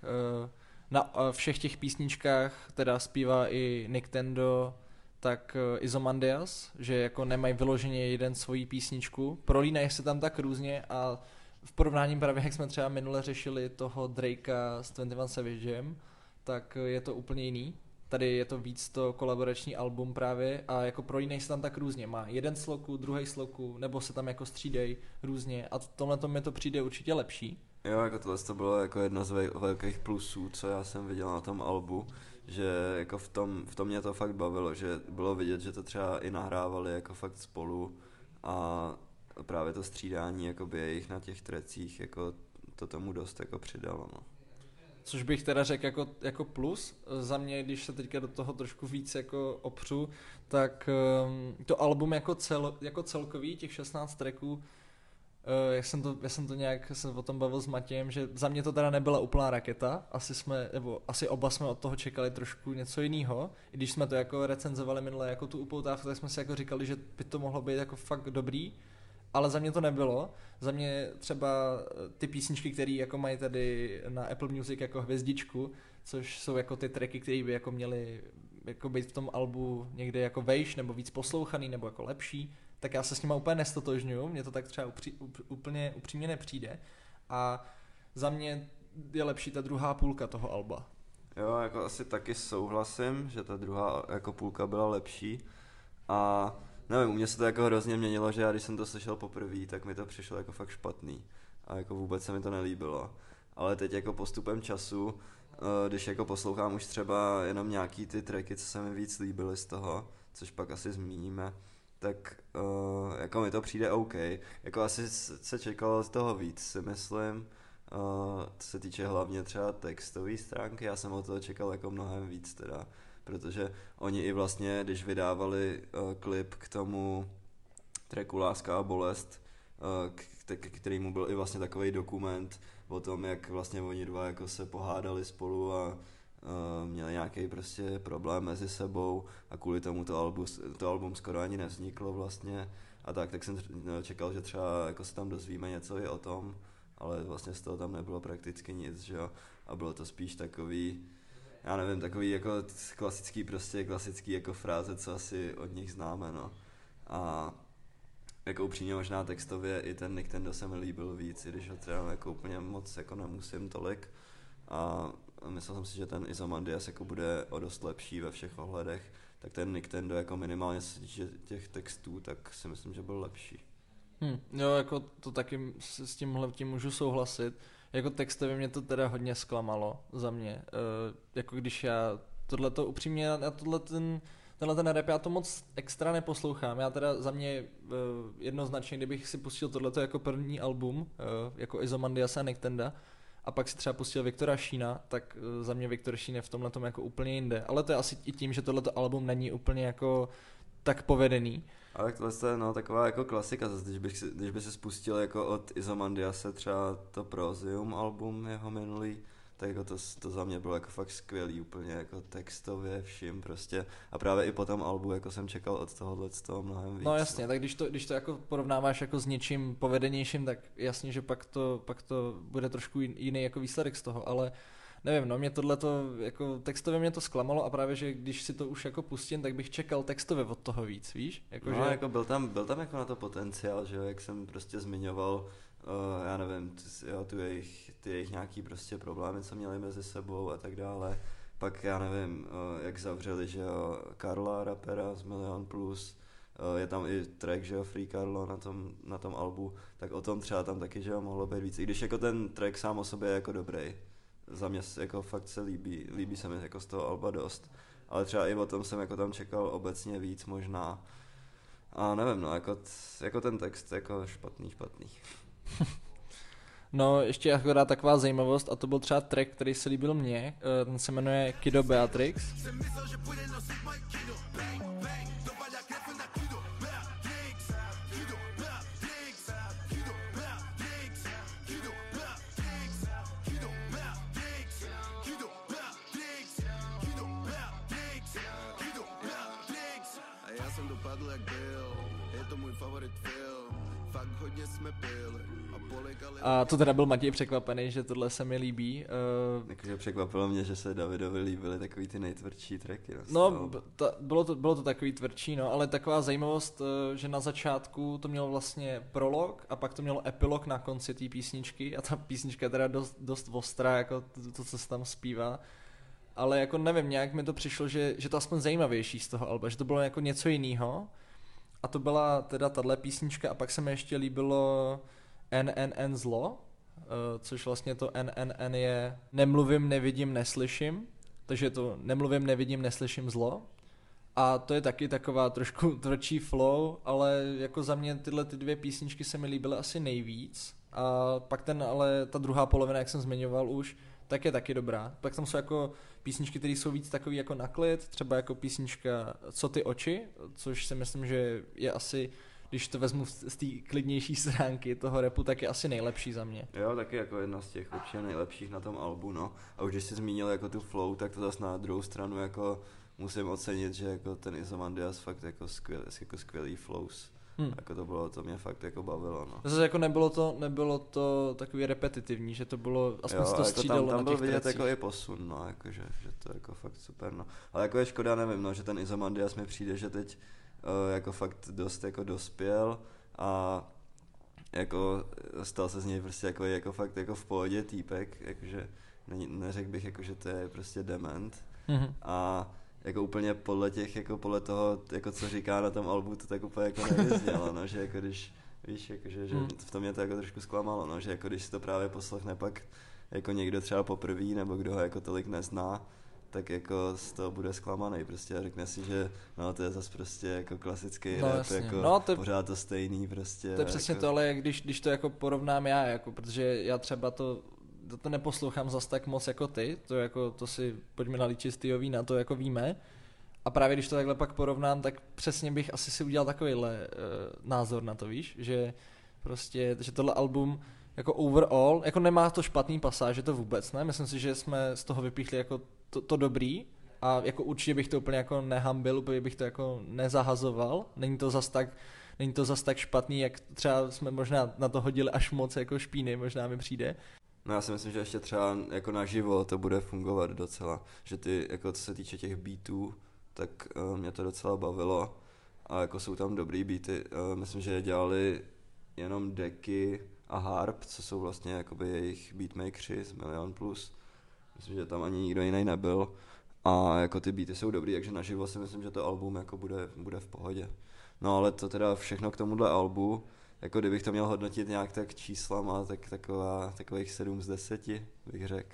Na všech těch písničkách teda zpívá i Nicktendo, tak Izomandias, že jako nemají vyloženě jeden svoji písničku. Prolínají se tam tak různě a v porovnání právě, jak jsme třeba minule řešili toho Drakea s dvacet jedna Savagem, tak je to úplně jiný. Tady je to víc to kolaborační album právě a jako prolínají se tam tak různě. Má jeden sloku, druhý sloku, nebo se tam jako střídají různě a v tomhle mi to přijde určitě lepší. Jo, jako tohle to bylo jako jedno z velkých plusů, co já jsem viděl na tom albu, že jako v tom, v tom mě to fakt bavilo, že bylo vidět, že to třeba i nahrávali jako fakt spolu a právě to střídání jakoby jejich na těch trecích jako to tomu dost jako přidalo, no. Což bych teda řekl jako, jako plus. Za mě, když se teďka do toho trošku víc jako opřu, tak um, to album jako, cel, jako celkový, těch šestnáct tracků, uh, jak jsem to, já jsem to nějak jsem o tom bavil s Matějem, že za mě to teda nebyla úplná raketa, asi jsme, nebo asi oba jsme od toho čekali trošku něco jiného. I když jsme to jako recenzovali minule jako tu upoutávku, tak jsme si jako říkali, že by to mohlo být jako fakt dobrý. Ale za mě to nebylo. Za mě třeba ty písničky, které jako mají tady na Apple Music jako hvězdičku, což jsou jako ty tracky, které by jako měly jako být v tom albu někde jako vejš, nebo víc poslouchaný, nebo jako lepší, tak já se s nima úplně nestotožňuju, mně to tak třeba upří, úplně upřímně nepřijde. A za mě je lepší ta druhá půlka toho alba. Jo, jako asi taky souhlasím, že ta druhá jako půlka byla lepší a nevím, u mě se to jako hrozně měnilo, že já když jsem to slyšel poprvé, tak mi to přišlo jako fakt špatný a jako vůbec se mi to nelíbilo. Ale teď jako postupem času, když jako poslouchám už třeba jenom nějaký ty tracky, co se mi víc líbily z toho, což pak asi zmíníme, tak uh, jako mi to přijde OK. Jako asi se čekalo z toho víc, si myslím. Uh, to se týče hlavně třeba textové stránky, já jsem od toho čekal jako mnohem víc teda. Protože oni i vlastně, když vydávali uh, klip k tomu tracku Láska a bolest, uh, k, k kterému byl i vlastně takový dokument o tom, jak vlastně oni dva jako se pohádali spolu a uh, měli nějaký prostě problém mezi sebou a kvůli tomu to album, to album skoro ani nevzniklo vlastně a tak, tak jsem čekal, že třeba jako se tam dozvíme něco i o tom, ale vlastně z toho tam nebylo prakticky nic, že jo, a bylo to spíš takový, já nevím, takový jako klasický prostě, klasický jako fráze, co asi od nich známe, no. A jako upřímně možná textově i ten Nicktendo se mi líbil víc, i když ho třeba jako úplně moc jako nemusím tolik. A myslel jsem si, že ten Izomandias jako bude o dost lepší ve všech ohledech, tak ten Nicktendo jako minimálně se týče těch textů, tak si myslím, že byl lepší. Hmm, jo, jako to taky s tímhle tím můžu souhlasit. Jako textově mě to teda hodně zklamalo za mě. E, jako když já tohleto upřímně, já tohle ten, tenhle ten rap, já to moc extra neposlouchám. Já teda za mě e, jednoznačně, kdybych si pustil tohleto jako první album, e, jako Izomandias a Nicktenda, a pak si třeba pustil Viktora Šína, tak e, za mě Viktor Šín je v tomhletom jako úplně jinde. Ale to je asi i tím, že tohleto album není úplně jako tak povedený. Ale tohle je no, taková jako klasika, zase, když, bych si, když by si spustil jako od Izomandiase třeba to Prozium album jeho minulý, tak jako to, to za mě bylo jako fakt skvělý, úplně jako textově vším prostě a právě i po tom albu jako jsem čekal od tohohle z toho mnohem víc. No jasně, tak když to, když to jako porovnáváš jako s něčím povedenějším, tak jasně, že pak to, pak to bude trošku jiný jako výsledek z toho, ale nevím, no mě tohleto, jako textově mě to zklamalo a právě, že když si to už jako pustím, tak bych čekal textově od toho víc, víš? Jako, no že... jako byl tam, byl tam jako na to potenciál, že jo, jak jsem prostě zmiňoval, uh, já nevím, ty, jo, tu jejich, ty jejich nějaký prostě problémy, co měli mezi sebou a tak dále. Pak já nevím, uh, jak zavřeli, že jo, Karla rapera z Milion Plus, je tam i track, že jo, Free Carlo na tom, na tom albu, tak o tom třeba tam taky, že jo, mohlo být víc. I když jako ten track sám o sobě je jako dobrý. Za mě jako fakt se líbí, líbí se mi jako z toho alba dost. Ale třeba i o tom jsem jako tam čekal obecně víc možná. A nevím, no, jako, t, jako ten text jako špatný, špatný. No, ještě akorát taková zajímavost, a to byl třeba track, který se líbil mně, ten se jmenuje Kido Beatrix. A to teda byl Matěj překvapený, že tohle se mi líbí. Uh, Takže překvapilo mě, že se Davidovi líbily takový ty nejtvrdší tracky. No, ta, bylo, to, bylo to takový tvrdší, no, ale taková zajímavost, že na začátku to mělo vlastně prolog a pak to mělo epilog na konci té písničky a ta písnička je teda dost, dost ostrá, jako to, to, co se tam zpívá. Ale jako nevím, nějak mi to přišlo, že, že to aspoň zajímavější z toho alba, že to bylo jako něco jiného. A to byla teda tahle písnička a pak se mi ještě líbilo N N N zlo, což vlastně to N N N je nemluvím, nevidím, neslyším, takže to nemluvím, nevidím, neslyším zlo. A to je taky taková trošku tvrdší flow, ale jako za mě tyhle ty dvě písničky se mi líbily asi nejvíc. A pak ten, ale ta druhá polovina, jak jsem zmiňoval už, tak je taky dobrá. Pak tam jsou jako písničky, které jsou víc takový jako na klid, třeba jako písnička Co ty oči, což si myslím, že je asi, když to vezmu z té klidnější stránky toho rapu, tak je asi nejlepší za mě. Jo, taky jako jedna z těch určitě nejlepších na tom albu, no. A už když jsi zmínil jako tu flow, tak to zase na druhou stranu jako musím ocenit, že jako ten Izomandias fakt jako, skvěl, jako skvělý flows. Hmm. Jako to bylo, to mě fakt jako bavilo, no. Zase jako nebylo to, nebylo to takový repetitivní, že to bylo, aspoň se to jako střídalo tam, tam na těch byl vidět tracích. jako i posun, no, jakože, že to je jako fakt super, no. Ale jako je škoda, nevím, no, že ten Izomandias mi přijde, že teď uh, jako fakt dost jako dospěl a jako stal se z něj prostě jako, jako fakt jako v pohodě týpek, jakože ne, neřekl bych jako, že to je prostě dement. Mm-hmm. A jako úplně podle těch, jako podle toho, jako co říká na tom albu, to tak úplně jako nevyznělo, no, že jako když, víš, jako, že, že v tom mě to jako trošku zklamalo, no, že jako když si to právě poslechne pak jako někdo třeba poprvý, nebo kdo ho jako tolik nezná, tak jako z toho bude zklamaný prostě a řekne si, že no to je zase prostě jako klasický no, rap, jasně. jako no, to, pořád to stejný prostě. To je přesně jako... to, ale když, když to jako porovnám já, jako, protože já třeba to To, to neposlouchám zas tak moc jako ty, to jako to si pojďme nalít čistýho vína, to jako víme. A právě když to takhle pak porovnám, tak přesně bych asi si udělal takovýhle uh, názor na to, víš, že prostě, že tohle album jako overall, jako nemá to špatný pasáže, to vůbec ne, myslím si, že jsme z toho vypíchli jako to, to dobrý a jako určitě bych to úplně jako nehambil, úplně bych to jako nezahazoval, není to zas tak, není to zas tak špatný, jak třeba jsme možná na to hodili až moc jako špíny, možná mi přijde. No já si myslím, že ještě třeba jako naživo to bude fungovat docela, že ty, jako co se týče těch beatů, tak uh, mě to docela bavilo a jako jsou tam dobrý beaty, uh, myslím, že je dělali jenom Deky a Harp, co jsou vlastně jakoby jejich beatmakeri z Milion Plus, myslím, že tam ani nikdo jiný nebyl a jako ty beaty jsou dobrý, takže naživo si myslím, že to album jako bude, bude v pohodě. No ale to teda všechno k tomuhle albu. Jako kdybych to měl hodnotit nějak tak číslama, tak taková, takových sedm z deseti bych řekl.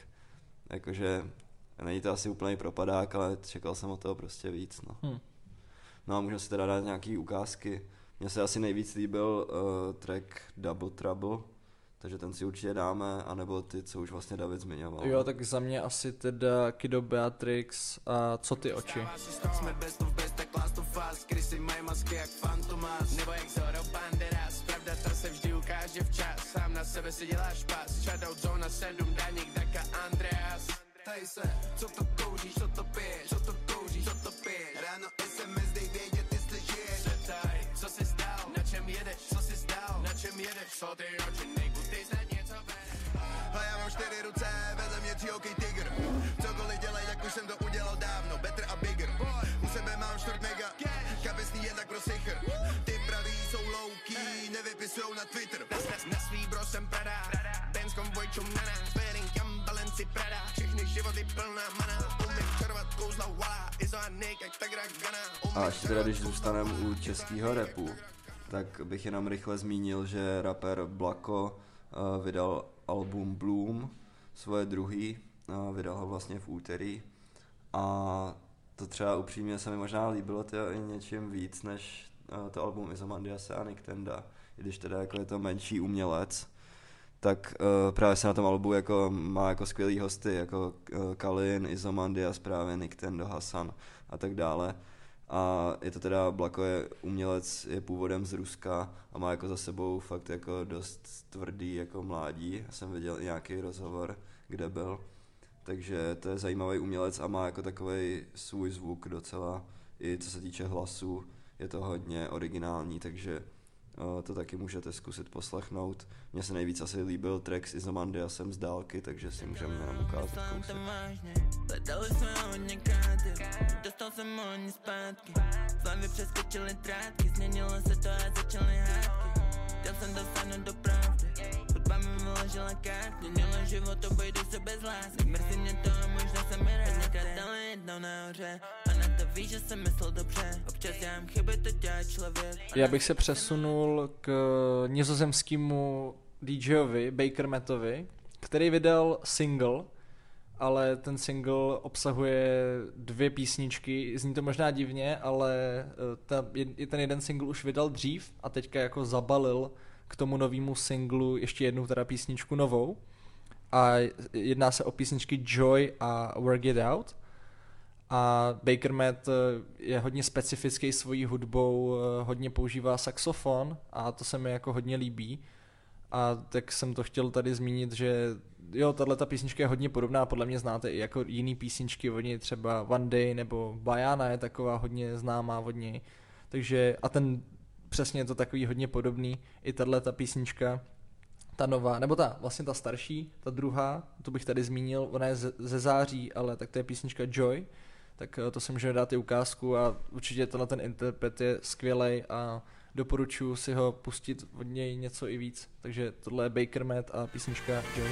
Jakože není to asi úplný propadák, ale čekal jsem od toho prostě víc. No, hmm. no a můžeme si teda dát nějaký ukázky. Mně se asi nejvíc líbil uh, track Double Trouble, takže ten si určitě dáme, anebo ty, co už vlastně David zmiňoval. Jo, tak za mě asi teda Kido Beatrix a Co ty oči. Jsme best of best, tak last of us, krysy mají masky jak Fantomas, nebo jak Zoro Banderas, pravda ta se vždy ukáže včas, sám na sebe si děláš pas, shoutout zóna sedm, Daník, Daka, Andreas. Tady se, co to kouříš, co to piješ, co to kouříš, co to piješ, ráno es em es, dej vědět, jestli žiješ. Zeptaj, co jsi stál, na čem jedeš, co jsi stál, na čem jedeš, co ty oči, nejku, ty snad něco bereš. A já mám čtyři ruce, vedle mě třioký tygr, cokoliv dělej, jak už jsem to udělal dávno, better a bigger. U sebe mám čtvrt mega, kapesný jen tak pro sichr, ty praví jsou low-key, nevypisujou na Twitter. Na, na, na svý bro jsem Prada, Benz konvoj čum na nás, wearing Cam Balance Gucci Prada, všechny životy plná mana. Umím čarovat kouzla wala, Izo a Nick, jak ta Gana. A ještě teda, když zůstaneme u českého rapu, tak bych jenom rychle zmínil, že rapper Blako uh, vydal album Bloom, svoje druhý, uh, vydal ho vlastně v úterý a to třeba upřímně se mi možná líbilo to i něčím víc než uh, to album Izomandiase a Nick Tenda, i když teda jako je to menší umělec, tak uh, právě se na tom albu jako má jako skvělý hosty, jako uh, Kalin, Izomandias, právě Nick Tendo, Hasan a tak dále. A je to teda, Blako je umělec, je původem z Ruska a má jako za sebou fakt jako dost tvrdý jako mládí. Já jsem viděl i nějaký rozhovor, kde byl. Takže to je zajímavý umělec a má jako takovej svůj zvuk docela, i co se týče hlasu, je to hodně originální, takže uh, to taky můžete zkusit poslechnout. Mně se nejvíc asi líbil track s Izomandiasem z dálky, takže si můžeme jenom ukázat kousek. Hledali jsme hodně káty, dostal jsem hodně zpátky. Slavy přeskočily trátky, změnilo se to a začaly hádky. Chtěl jsem dosáhnout do pravdy, hudba mi vyložila karty. Měla život, obejdu se bez lásky. Mrzí mě to a možná se mi rád. Hodněkrát dala jednou nahoře, ona to ví, že jsem myslel dobře. Občas já mám chyby, to dělá člověk. Já bych se přesunul k nizozemskému DJovi, Baker Mattovi, který vydal single, ale ten single obsahuje dvě písničky, zní to možná divně, ale ta, ten jeden single už vydal dřív a teďka jako zabalil k tomu novému singlu ještě jednu teda písničku novou a jedná se o písničky Joy a Work It Out a Baker Matt je hodně specifický svojí hudbou, hodně používá saxofon a to se mi jako hodně líbí. A tak jsem to chtěl tady zmínit, že jo, tato písnička je hodně podobná, podle mě znáte i jako jiný písničky od něj, třeba One Day nebo Bayana je taková hodně známá od něj. Takže a ten přesně je to takový hodně podobný, i tato písnička, ta nová, nebo ta vlastně ta starší, ta druhá, to bych tady zmínil, ona je ze, ze září, ale tak to je písnička Joy, tak to si můžeme dát i ukázku a určitě tenhle ten interpret je skvělej a doporučuji si ho pustit od něj něco i víc. Takže tohle je Baker Matt a písnička Joy.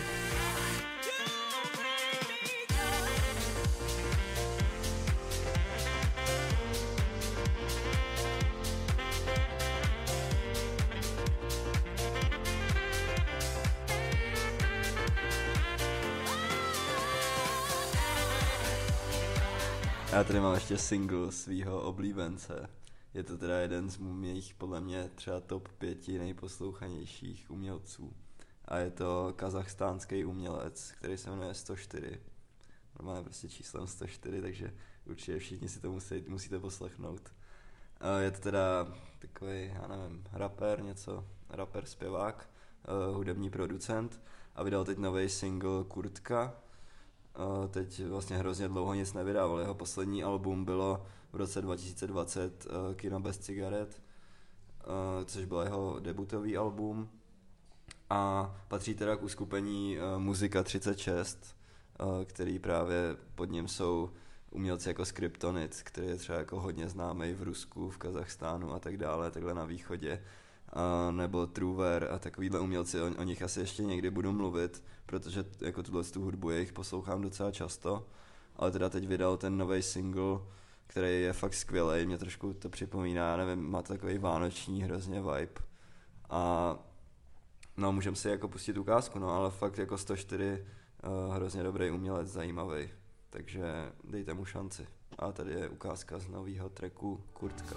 Já tady mám ještě single svýho oblíbence. Je to teda jeden z mých, podle mě, třeba top pěti nejposlouchanějších umělců. A je to kazachstánský umělec, který se jmenuje sto čtyři. Normálně prostě číslem sto čtyři, takže určitě všichni si to musí, musíte poslechnout. Je to teda takový, já nevím, rapper něco, rapper, zpěvák, hudební producent a vydal teď nový single Kurtka. Teď vlastně hrozně dlouho nic nevydával. Jeho poslední album bylo v roce dva tisíce dvacet uh, Kino bez cigaret, uh, což byl jeho debutový album a patří teda k uskupení uh, Muzika třicet šest, uh, který právě pod ním jsou umělci jako Skryptonit, který je třeba jako hodně známý v Rusku, v Kazachstánu a tak dále, takhle na východě, uh, nebo Truver a takovýhle umělci, o, o nich asi ještě někdy budu mluvit, protože jako tuhle tu hudbu jejich poslouchám docela často, ale teda teď vydal ten nový single, který je fakt skvělej, mě trošku to připomíná, já nevím, má to takový vánoční hrozně vibe a no můžeme si jako pustit ukázku, no ale fakt jako sto čtyři uh, hrozně dobrý umělec, zajímavý, takže dejte mu šanci. A tady je ukázka z nového tracku Kurtka.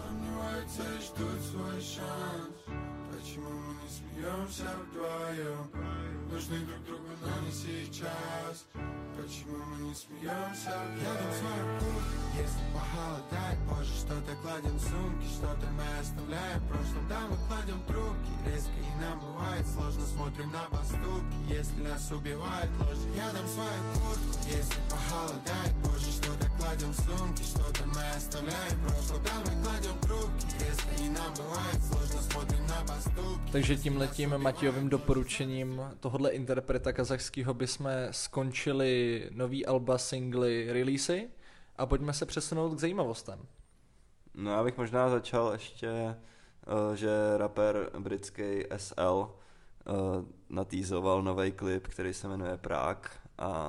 Почему мы не смеемся вдвоем? Нужны друг другу, но не сейчас. Почему мы не смеемся вдвоем? Я дам свою куртку, если похолодает позже. Что-то кладем в сумки, что-то мы оставляем в прошлом. Да, мы кладем трубки, резко и нам бывает сложно. Смотрим на поступки, если нас убивает ложь. Я дам свою куртку, если похолодает позже. Что-то кладем в сумки, что-то мы оставляем в прошлом. Да, мы кладем трубки, резко и нам бывает сложно. Смотрим на поступки. Takže tímhletím Matějovým doporučením tohohle interpreta kazachského bychom skončili nový alba, singly, releasy a pojďme se přesunout k zajímavostem. No já bych možná začal ještě, že rapper britský S L natýzoval nový klip, který se jmenuje Prague a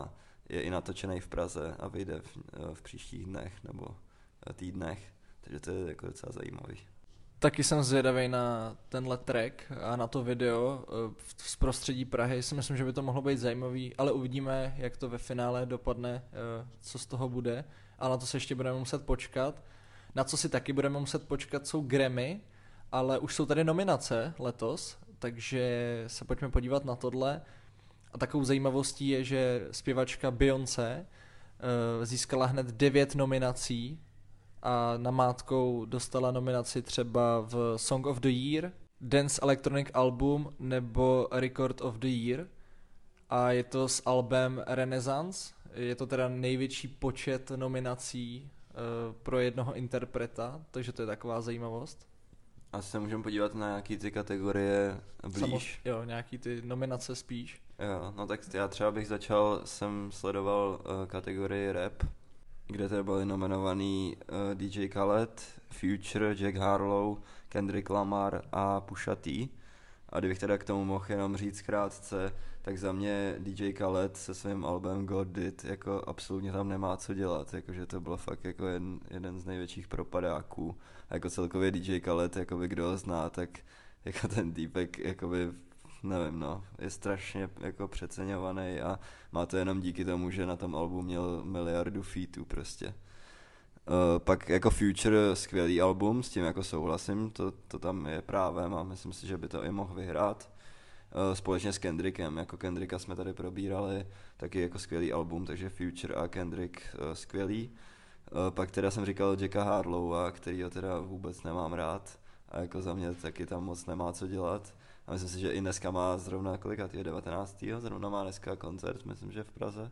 je i natočený v Praze a vyjde v, v příštích dnech nebo týdnech, takže to je jako docela zajímavý. Taky jsem zvědavý na tenhle track a na to video z prostředí Prahy. Si myslím, že by to mohlo být zajímavý, ale uvidíme, jak to ve finále dopadne, co z toho bude. A na to se ještě budeme muset počkat. Na co si taky budeme muset počkat jsou Grammy, ale už jsou tady nominace letos, takže se pojďme podívat na tohle. A takovou zajímavostí je, že zpěvačka Beyoncé získala hned devět nominací a namátkou dostala nominaci třeba v Song of the Year, Dance Electronic Album nebo Record of the Year a je to s albem Renaissance. Je to teda největší počet nominací uh, pro jednoho interpreta, takže to je taková zajímavost. A se můžeme podívat na nějaký ty kategorie blíž. Samoz, jo, nějaký ty nominace spíš. Jo, no tak já třeba bych začal, jsem sledoval uh, kategorii rap, kde tady byly nominovaný uh, D J Khaled, Future, Jack Harlow, Kendrick Lamar a Pusha T. A kdybych teda k tomu mohl jenom říct krátce, tak za mě D J Khaled se svým albem God Did jako absolutně tam nemá co dělat, jakože to bylo fakt jako jeden, jeden z největších propadáků. A jako celkově D J Khaled, jakoby kdo ho zná, tak jako ten týpek, jakoby, nevím no, je strašně jako přeceňovaný a má to jenom díky tomu, že na tom albu měl miliardu featů prostě. Uh, pak jako Future skvělý album, s tím jako souhlasím, to, to tam je právem a myslím si, že by to i mohl vyhrát. Uh, společně s Kendrickem, jako Kendricka jsme tady probírali, taky jako skvělý album, takže Future a Kendrick uh, skvělý. Uh, pak teda jsem říkal Jacka Harlowa, kterýho teda vůbec nemám rád a jako za mě taky tam moc nemá co dělat. A myslím si, že i dneska má zrovna kolikát je devatenáctého zrovna má dneska koncert, myslím, že v Praze.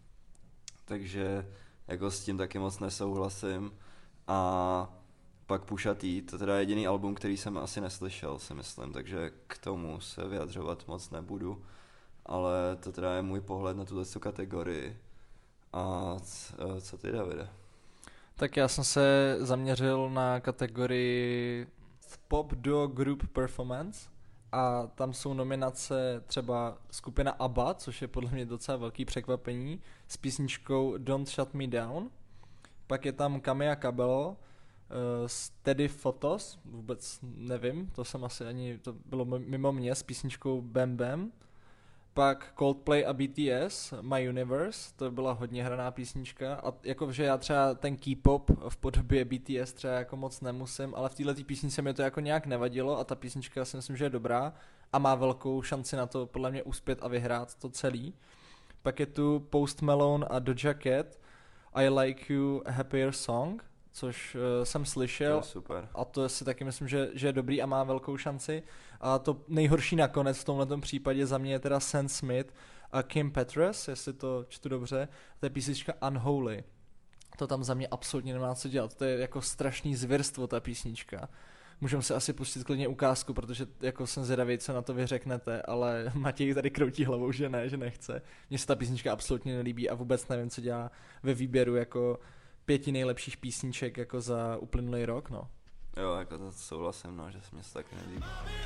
Takže jako s tím taky moc nesouhlasím. A pak Pusha T, to teda je jediný album, který jsem asi neslyšel, si myslím, takže k tomu se vyjadřovat moc nebudu. Ale to teda je můj pohled na tuto kategorii. A co ty, Davide? Tak já jsem se zaměřil na kategorii Pop Duo Group Performance a tam jsou nominace třeba skupina ABBA, což je podle mě docela velký překvapení, s písničkou Don't Shut Me Down. Pak je tam Camila Cabello uh, s Teddy Photos, vůbec nevím, to jsem asi ani, to bylo mimo mě, s písničkou Bam Bam. Pak Coldplay a B T S, My Universe, to byla hodně hraná písnička a jakože já třeba ten K-pop v podobě B T S třeba jako moc nemusím, ale v této písničce mi to jako nějak nevadilo a ta písnička si myslím, že je dobrá a má velkou šanci na to podle mě uspět a vyhrát to celý. Pak je tu Post Malone a Doja Cat, I Like You a Happier Song, což uh, jsem slyšel to super. A to si taky myslím, že, že je dobrý a má velkou šanci. A to nejhorší nakonec v tomhletom případě za mě je teda Sam Smith a Kim Petras, jestli to čtu dobře, to je písnička Unholy. To tam za mě absolutně nemá co dělat, to je jako strašný zvěrstvo ta písnička. Můžeme si asi pustit klidně ukázku, protože jako jsem zvědavý, co na to vy řeknete, ale Matěj tady kroutí hlavou, že ne, že nechce. Mně se ta písnička absolutně nelíbí a vůbec nevím, co dělá ve výběru jako pěti nejlepších písniček jako za uplynulý rok, no. Jo, jako to souhlasím, no, že se mě to taky nelíbí.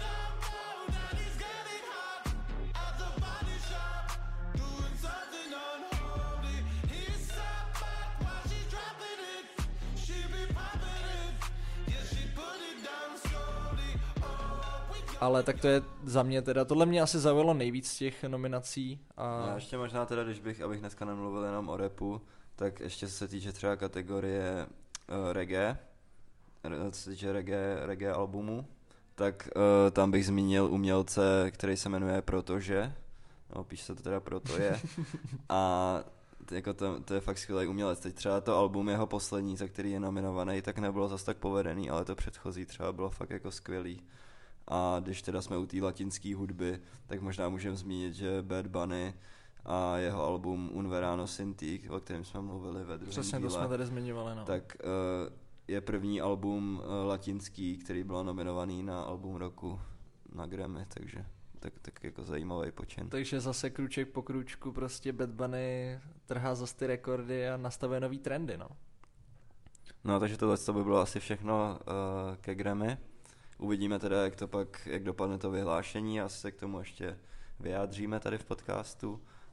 Ale tak to je za mě teda, tohle mě asi zaujalo nejvíc z těch nominací. A... Já ještě možná teda, když bych, abych dneska nemluvil jenom o rapu, tak ještě se týče třeba kategorie uh, reggae, co se týče reggae, reggae albumu, tak uh, tam bych zmínil umělce, který se jmenuje Protože, no píše se to teda Proto je, a jako to, to je fakt skvělý umělec. Teď třeba to album jeho poslední, za který je nominovaný, tak nebylo zas tak povedený, ale to předchozí třeba bylo fakt jako skvělý. A když teda jsme u té latinské hudby, tak možná můžeme zmínit, že Bad Bunny a jeho album Un Verano Sin Ti, o kterém jsme mluvili ve druhém Přesně, díle, to jsme tady zmiňovali, no. Tak uh, je první album uh, latinský, který byl nominovaný na album roku na Grammy, takže tak, tak jako zajímavý počin. Takže zase krůček po krůčku prostě Bad Bunny trhá zase ty rekordy a nastavuje nový trendy, no. No, takže tohle by bylo asi všechno uh, ke Grammy. Uvidíme teda, jak to pak, jak dopadne to vyhlášení, asi se k tomu ještě vyjádříme tady v podcastu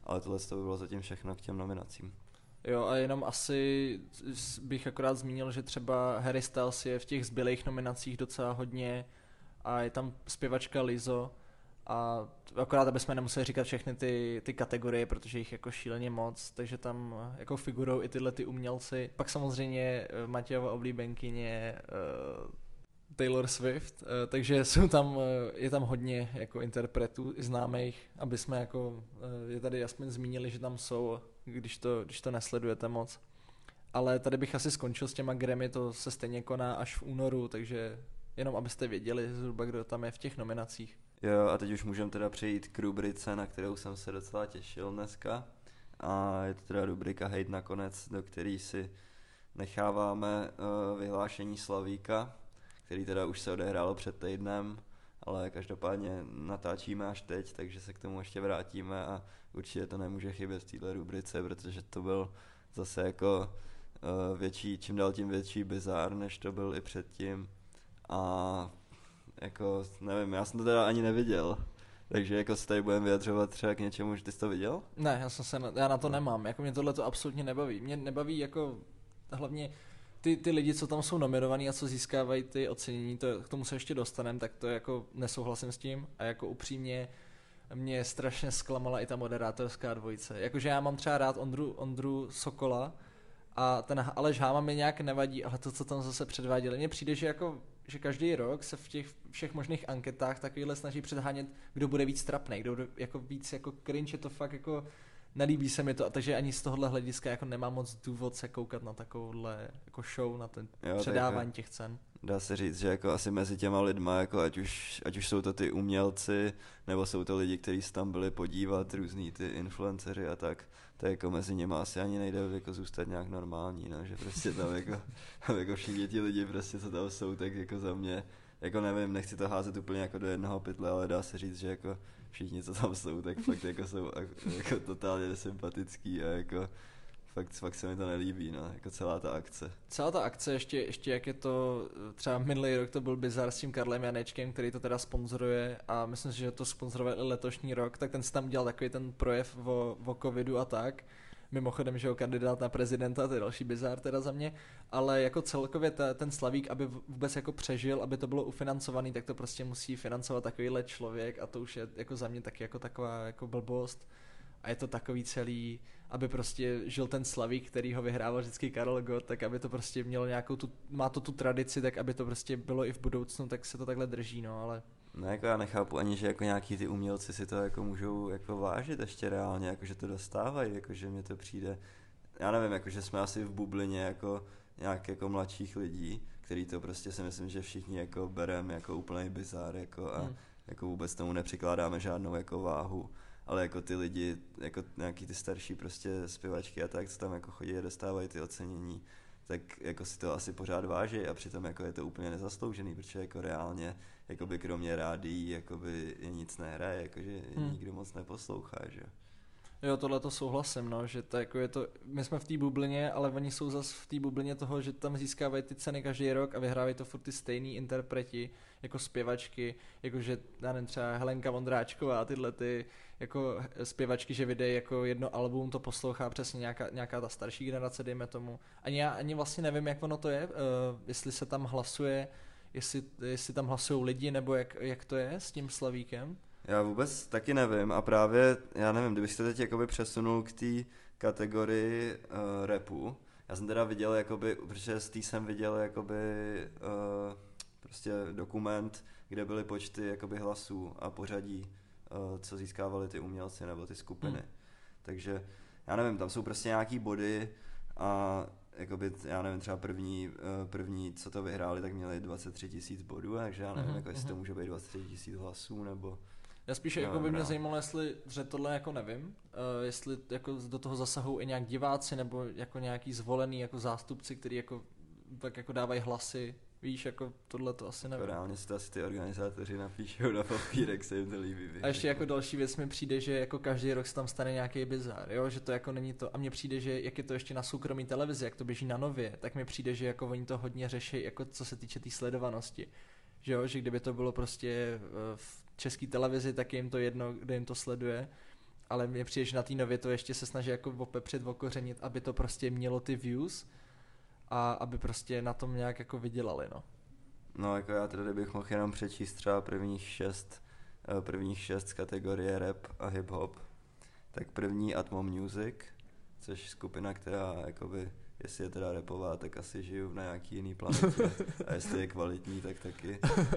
ale tohle to by bylo zatím všechno k těm nominacím. Jo, a jenom asi bych akorát zmínil, že třeba Harry Styles je v těch zbylých nominacích docela hodně a je tam zpěvačka Lizzo a akorát, aby jsme nemuseli říkat všechny ty, ty kategorie, protože jich jako šíleně moc, takže tam jako figurou i tyhle ty umělci. Pak samozřejmě Matějova oblíbenkyně uh, Taylor Swift, uh, takže jsou tam, uh, je tam hodně jako interpretů známých, aby jsme jako uh, je tady aspoň zmínili, že tam jsou, když to, když to nesledujete moc. Ale tady bych asi skončil s těma Grammy, to se stejně koná až v únoru, takže jenom abyste věděli zhruba, kdo tam je v těch nominacích. Jo, a teď už můžeme teda přejít k rubrice, na kterou jsem se docela těšil dneska. A je to teda rubrika Hejt nakonec, do který si necháváme uh, vyhlášení Slavíka, který teda už se odehrálo před týdnem, ale každopádně natáčíme až teď, takže se k tomu ještě vrátíme a určitě to nemůže chybět v této rubrice, protože to byl zase jako uh, větší, čím dál tím větší bizár, než to byl i předtím. A jako, nevím, já jsem to teda ani neviděl, takže jako se tady budeme vyjadřovat třeba k něčemu, že ty jsi to viděl? Ne, já, jsem se na, já na to nemám, jako mě tohle to absolutně nebaví. Mě nebaví jako hlavně ty, ty lidi, co tam jsou nominovaní a co získávají ty ocenění, to, k tomu se ještě dostaneme, tak to jako nesouhlasím s tím a jako upřímně mě strašně zklamala i ta moderátorská dvojice. Jakože já mám třeba rád Ondru, Ondru Sokola a ten Aleš Háma mi nějak nevadí, ale to, co tam zase předváděli, mně přijde, že jako že každý rok se v těch všech možných anketách takovýhle snaží předhánět, kdo bude víc trapnej, kdo bude jako víc jako cringe, je to fakt jako nelíbí se mi to, a takže ani z tohohle hlediska jako nemám moc důvod se koukat na takovouhle jako show, na ten jo, předávání těch cen. Dá se říct, že jako asi mezi těma lidma, jako ať už, ať už jsou to ty umělci, nebo jsou to lidi, kteří se tam byli podívat, různý ty influenceři a tak, tak jako mezi nimi asi ani nejde jako zůstat nějak normální, no, že prostě tam jako, tam jako všichni ti lidi prostě, co tam jsou, tak jako za mě, jako nevím, nechci to házet úplně jako do jednoho pytle, ale dá se říct, že jako všichni, co tam jsou, tak fakt jako jsou jako totálně nesympatický a jako Fakt, fakt se mi to nelíbí, no, jako celá ta akce. Celá ta akce, ještě, ještě jak je to, třeba minulý rok to byl bizar s tím Karlem Janečkem, který to teda sponzoruje a myslím si, že to sponzoroval i letošní rok, tak ten si tam udělal takový ten projev o, o covidu a tak. Mimochodem, že ho kandidát na prezidenta, to je další bizár teda za mě, ale jako celkově ta, ten Slavík, aby vůbec jako přežil, aby to bylo ufinancovaný, tak to prostě musí financovat takovýhle člověk a to už je jako za mě taky jako taková jako blbost. A je to takový celý, aby prostě žil ten Slavík, který ho vyhrával vždycky Karel Gott, tak aby to prostě mělo nějakou tu, má to tu tradici, tak aby to prostě bylo i v budoucnu, tak se to takhle drží, no, ale... No jako já nechápu ani, že jako nějaký ty umělci si to jako můžou jako vážit ještě reálně, jako že to dostávají, jako že mně to přijde, já nevím, jako že jsme asi v bublině jako nějak jako mladších lidí, který to prostě si myslím, že všichni jako bereme jako úplný bizár, jako a hmm. jako vůbec tomu nepřikládáme žádnou jako váhu. Ale jako ty lidi, jako nějaký ty starší prostě zpěvačky a tak, co tam jako chodí a dostávají ty ocenění, tak jako si to asi pořád váží a přitom jako je to úplně nezasloužený, protože jako reálně jakoby kromě rádií jakoby je nic nehraje, jakože hmm. nikdo moc neposlouchá, že jo. Jo, tohle to souhlasím, no, že to jako je to, my jsme v té bublině, ale oni jsou zase v té bublině toho, že tam získávají ty ceny každý rok a vyhrávají to furt ty stejný interpreti, jako zpěvačky, jakože, já nevím, třeba Helenka Vondráčková a tyhle ty jako zpěvačky, že vydají jako jedno album, to poslouchá přesně nějaká, nějaká ta starší generace, dejme tomu. Ani já ani vlastně nevím, jak ono to je, uh, jestli se tam hlasuje, jestli, jestli tam hlasují lidi, nebo jak, jak to je s tím Slavíkem. Já vůbec taky nevím a právě, já nevím, kdybych se teď jakoby přesunul k té kategorii uh, rapu, já jsem teda viděl, jakoby, protože z té jsem viděl jakoby, uh, prostě dokument, kde byly počty jakoby hlasů a pořadí, uh, co získávali ty umělci nebo ty skupiny. Hmm. Takže já nevím, tam jsou prostě nějaký body a jakoby, já nevím, třeba první, uh, první, co to vyhráli, tak měli dvacet tři tisíc bodů, takže já nevím, uh-huh, jako, jestli uh-huh. to může být dvacet tři tisíc hlasů nebo... Já spíš jako by mě zajímalo, jestli, že tohle jako nevím, uh, jestli jako do toho zasahují i nějak diváci nebo jako nějaký zvolený jako zástupci, kteří jako tak jako dávají hlasy, víš, jako tohle to asi nevím. Jako reálně si to asi ty organizátoři napíšou na papírek, se jim to líbí. A ještě jako další věc mi přijde, že jako každý rok se tam stane nějaký bizár, jo, že to jako není to, a mně přijde, že jak je to ještě na soukromý televizi, jak to běží na Nově, tak mi přijde, že jako oni to hodně řeší, jako co se týče té tý sledovanosti. Že jo, že kdyby to bylo prostě v české televizi, tak je jim to jedno, kde jim to sleduje, ale mě přijde, že na té nově to ještě se snaží jako opepřit, okořenit, aby to prostě mělo ty views a aby prostě na tom nějak jako vydělali, no. No jako já tady bych mohl jenom přečíst třeba prvních šest, prvních šest z kategorie rap a hip-hop. Tak první Atmo Music, což je skupina, která jakoby, jestli je teda rapová, tak asi žiju na nějaký jiný planetě a jestli je kvalitní, tak taky.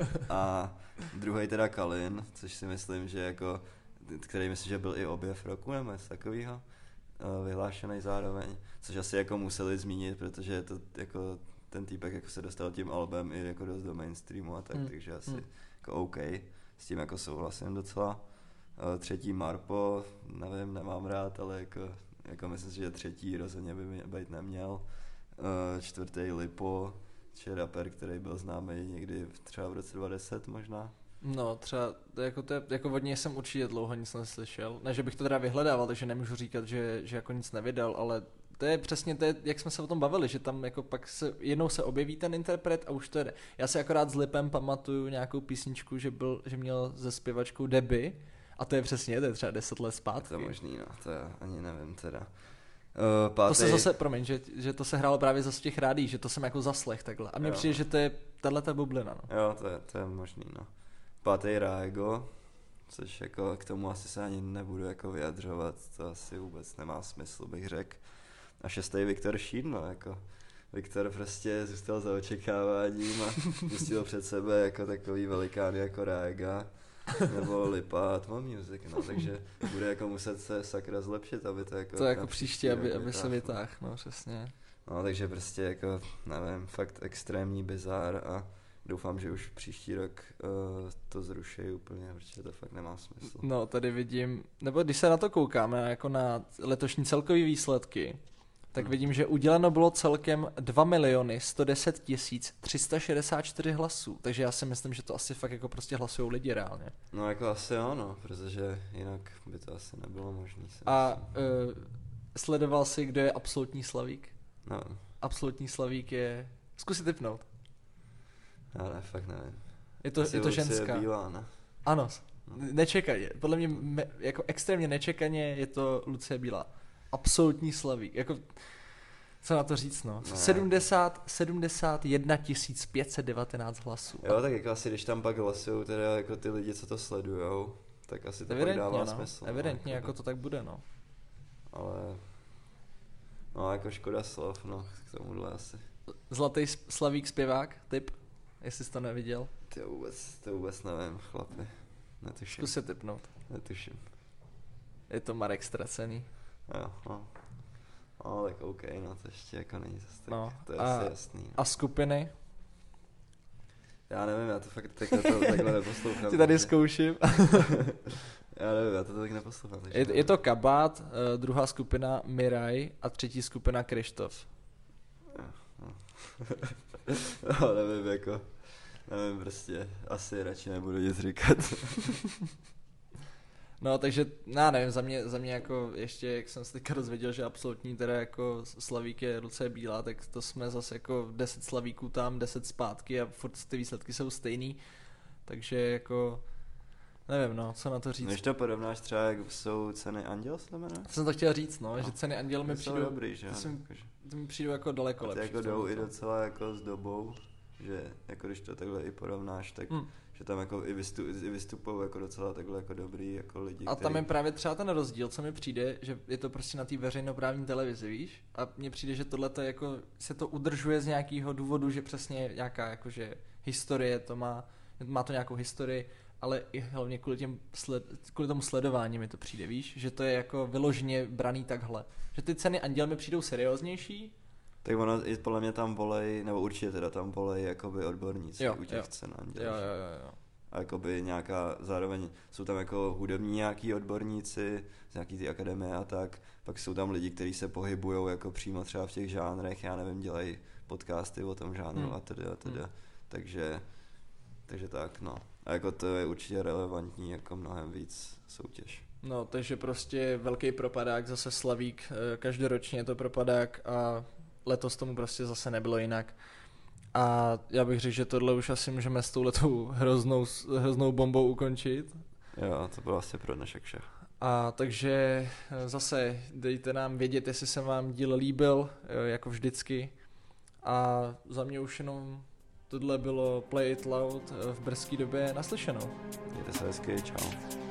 A druhý teda Kalin, což si myslím, že jako, který myslím, že byl i objev roku nebo něco takového, vyhlášený zároveň, což asi jako museli zmínit, protože je to jako ten týpek jako se dostal tím albem i jako dost do mainstreamu a tak, hmm. takže asi hmm. jako OK, s tím jako souhlasím docela. Uh, třetí Marpo, nevím, nemám rád, ale jako, jako myslím si, že třetí rozhodně by mi být neměl. Uh, čtvrtý Lipo, či rapper, který byl známý někdy třeba v roce dva tisíce deset možná. No, třeba jako, to je, jako od něj jsem určitě dlouho nic neslyšel. Ne, že bych to teda vyhledával, takže nemůžu říkat, že, že jako nic nevydal, ale to je přesně to, je, jak jsme se o tom bavili, že tam jako pak se, jednou se objeví ten interpret a už to jde. Já si akorát s Lipem pamatuju nějakou písničku, že, byl, že měl se zpěvačkou Debbie a to je přesně, to je třeba deset let zpátky. To je možný, no, to já ani nevím teda. Uh, pátý... To se zase, promiň, že, že to se hrálo právě zase v těch rádích, že to jsem jako zaslech takhle. A mně přijde, že to je tato bublina, no. Jo, to je, to je možný, no. Pátý Raigo, což jako k tomu asi se ani nebudu jako vyjadřovat, to asi vůbec nemá smysl, bych řekl. A šestý Viktor Šín, no, jako Viktor prostě zůstal za očekáváním a pustil před sebe jako takový velikány jako Raiga nebo Lipa a Atmo Music, no, takže bude jako muset se sakra zlepšit, aby to jako... To jako příště, aby, aby se vytáhl, no, přesně. No, takže prostě jako, nevím, fakt extrémní bizár a doufám, že už příští rok uh, to zruší úplně, protože to fakt nemá smysl. No, tady vidím, nebo když se na to koukáme, jako na letošní celkový výsledky, tak hmm. vidím, že uděleno bylo celkem dva miliony sto deset tisíc tři sta šedesát čtyři hlasů, takže já si myslím, že to asi fakt jako prostě hlasujou lidi reálně. No jako asi ano, protože jinak by to asi nebylo možné. A uh, sledoval jsi, kdo je absolutní slavík? No. Absolutní slavík je, zkus si tipnout. Já ne, fakt nevím. Je to, je to ženská. Je bílá, ne? Ano, no. Nečekaně. Podle mě me, jako extrémně nečekaně je to Lucie Bílá. Absolutní slavík. Jako, co na to říct, no. sedmdesát, sedmdesát jedna tisíc pět set devatenáct hlasů. Jo, tak jako asi, když tam pak hlasujou teda jako ty lidi, co to sledujou, tak asi to pak dává no. smysl. Evidentně, no, jako to tak bude, no. Ale, no jako škoda slov, no, k tomuhle asi. Zlatý slavík zpěvák, tip, jestli jsi to neviděl. Ty vůbec, to vůbec nevím, chlapi. Netuším. Zkus se tipnout. Netuším. Je to Marek Ztracený. Jo, no. No, tak OK, no, to ještě jako není zase tak, no, to je a, asi jasný. No. A skupiny? Já nevím, já to fakt takhle, to, takhle neposlouchám. Ty tady zkouším. Já nevím, já to tak neposlouchám. Je, je to Kabát, uh, druhá skupina Miraj a třetí skupina Krištof. No. No, nevím, jako, nevím, prostě, asi radši nebudu nic říkat. No, takže, já nevím, za mě, za mě jako ještě, jak jsem se teďka dozvěděl, že absolutní teda jako slavík je Lucie Bílá, tak to jsme zase jako deset slavíků tam, deset zpátky a furt ty výsledky jsou stejný, takže jako, nevím, no, co na to říct. Když to porovnáš třeba, jak jsou ceny Anděl, se to jmenuje? Jsem to chtěl říct, no, no. že ceny Anděl mi přijdou, dobrý, že? To, to mi přijdou jako daleko lepší. Ty jako jdou i docela jako s dobou, že jako když to takhle i porovnáš, tak hmm. že tam jako i, vystup, i vystupují jako docela takhle jako dobrý jako lidi. A tam který... je právě třeba ten rozdíl, co mi přijde, že je to prostě na té veřejnoprávní televizi, víš? A mně přijde, že tohle jako se to udržuje z nějakého důvodu, že přesně nějaká jakože historie to má, má to nějakou historii, ale i hlavně kvůli, těm sled, kvůli tomu sledování mi to přijde, víš? Že to je jako vyloženě braný takhle. Že ty ceny Anděl mi přijdou serióznější. Tak ono i podle mě tam volej, nebo určitě teda tam volej jakoby odborníci jo, u těch jo. cen Anděl. Jo, jo, jo, jo. A jakoby nějaká, zároveň jsou tam jako hudební nějaký odborníci z nějaký ty akademie a tak, pak jsou tam lidi, kteří se pohybujou jako přímo třeba v těch žánrech, já nevím, dělají podcasty o tom žánru hmm. a teda a teda, hmm. takže, takže tak, no. A jako to je určitě relevantní, jako mnohem víc soutěž. No, takže prostě velký propadák, zase slavík, každoročně je to propadák a letos tomu prostě zase nebylo jinak. A já bych řekl, že tohle už asi můžeme s touhletou hroznou, hroznou bombou ukončit. Jo, to bylo asi pro dnešek vše. A A takže zase dejte nám vědět, jestli se vám díl líbil, jako vždycky. A za mě už jenom tohle bylo Play It Loud v brzké době. Naslyšenou. Mějte se hezky, čau.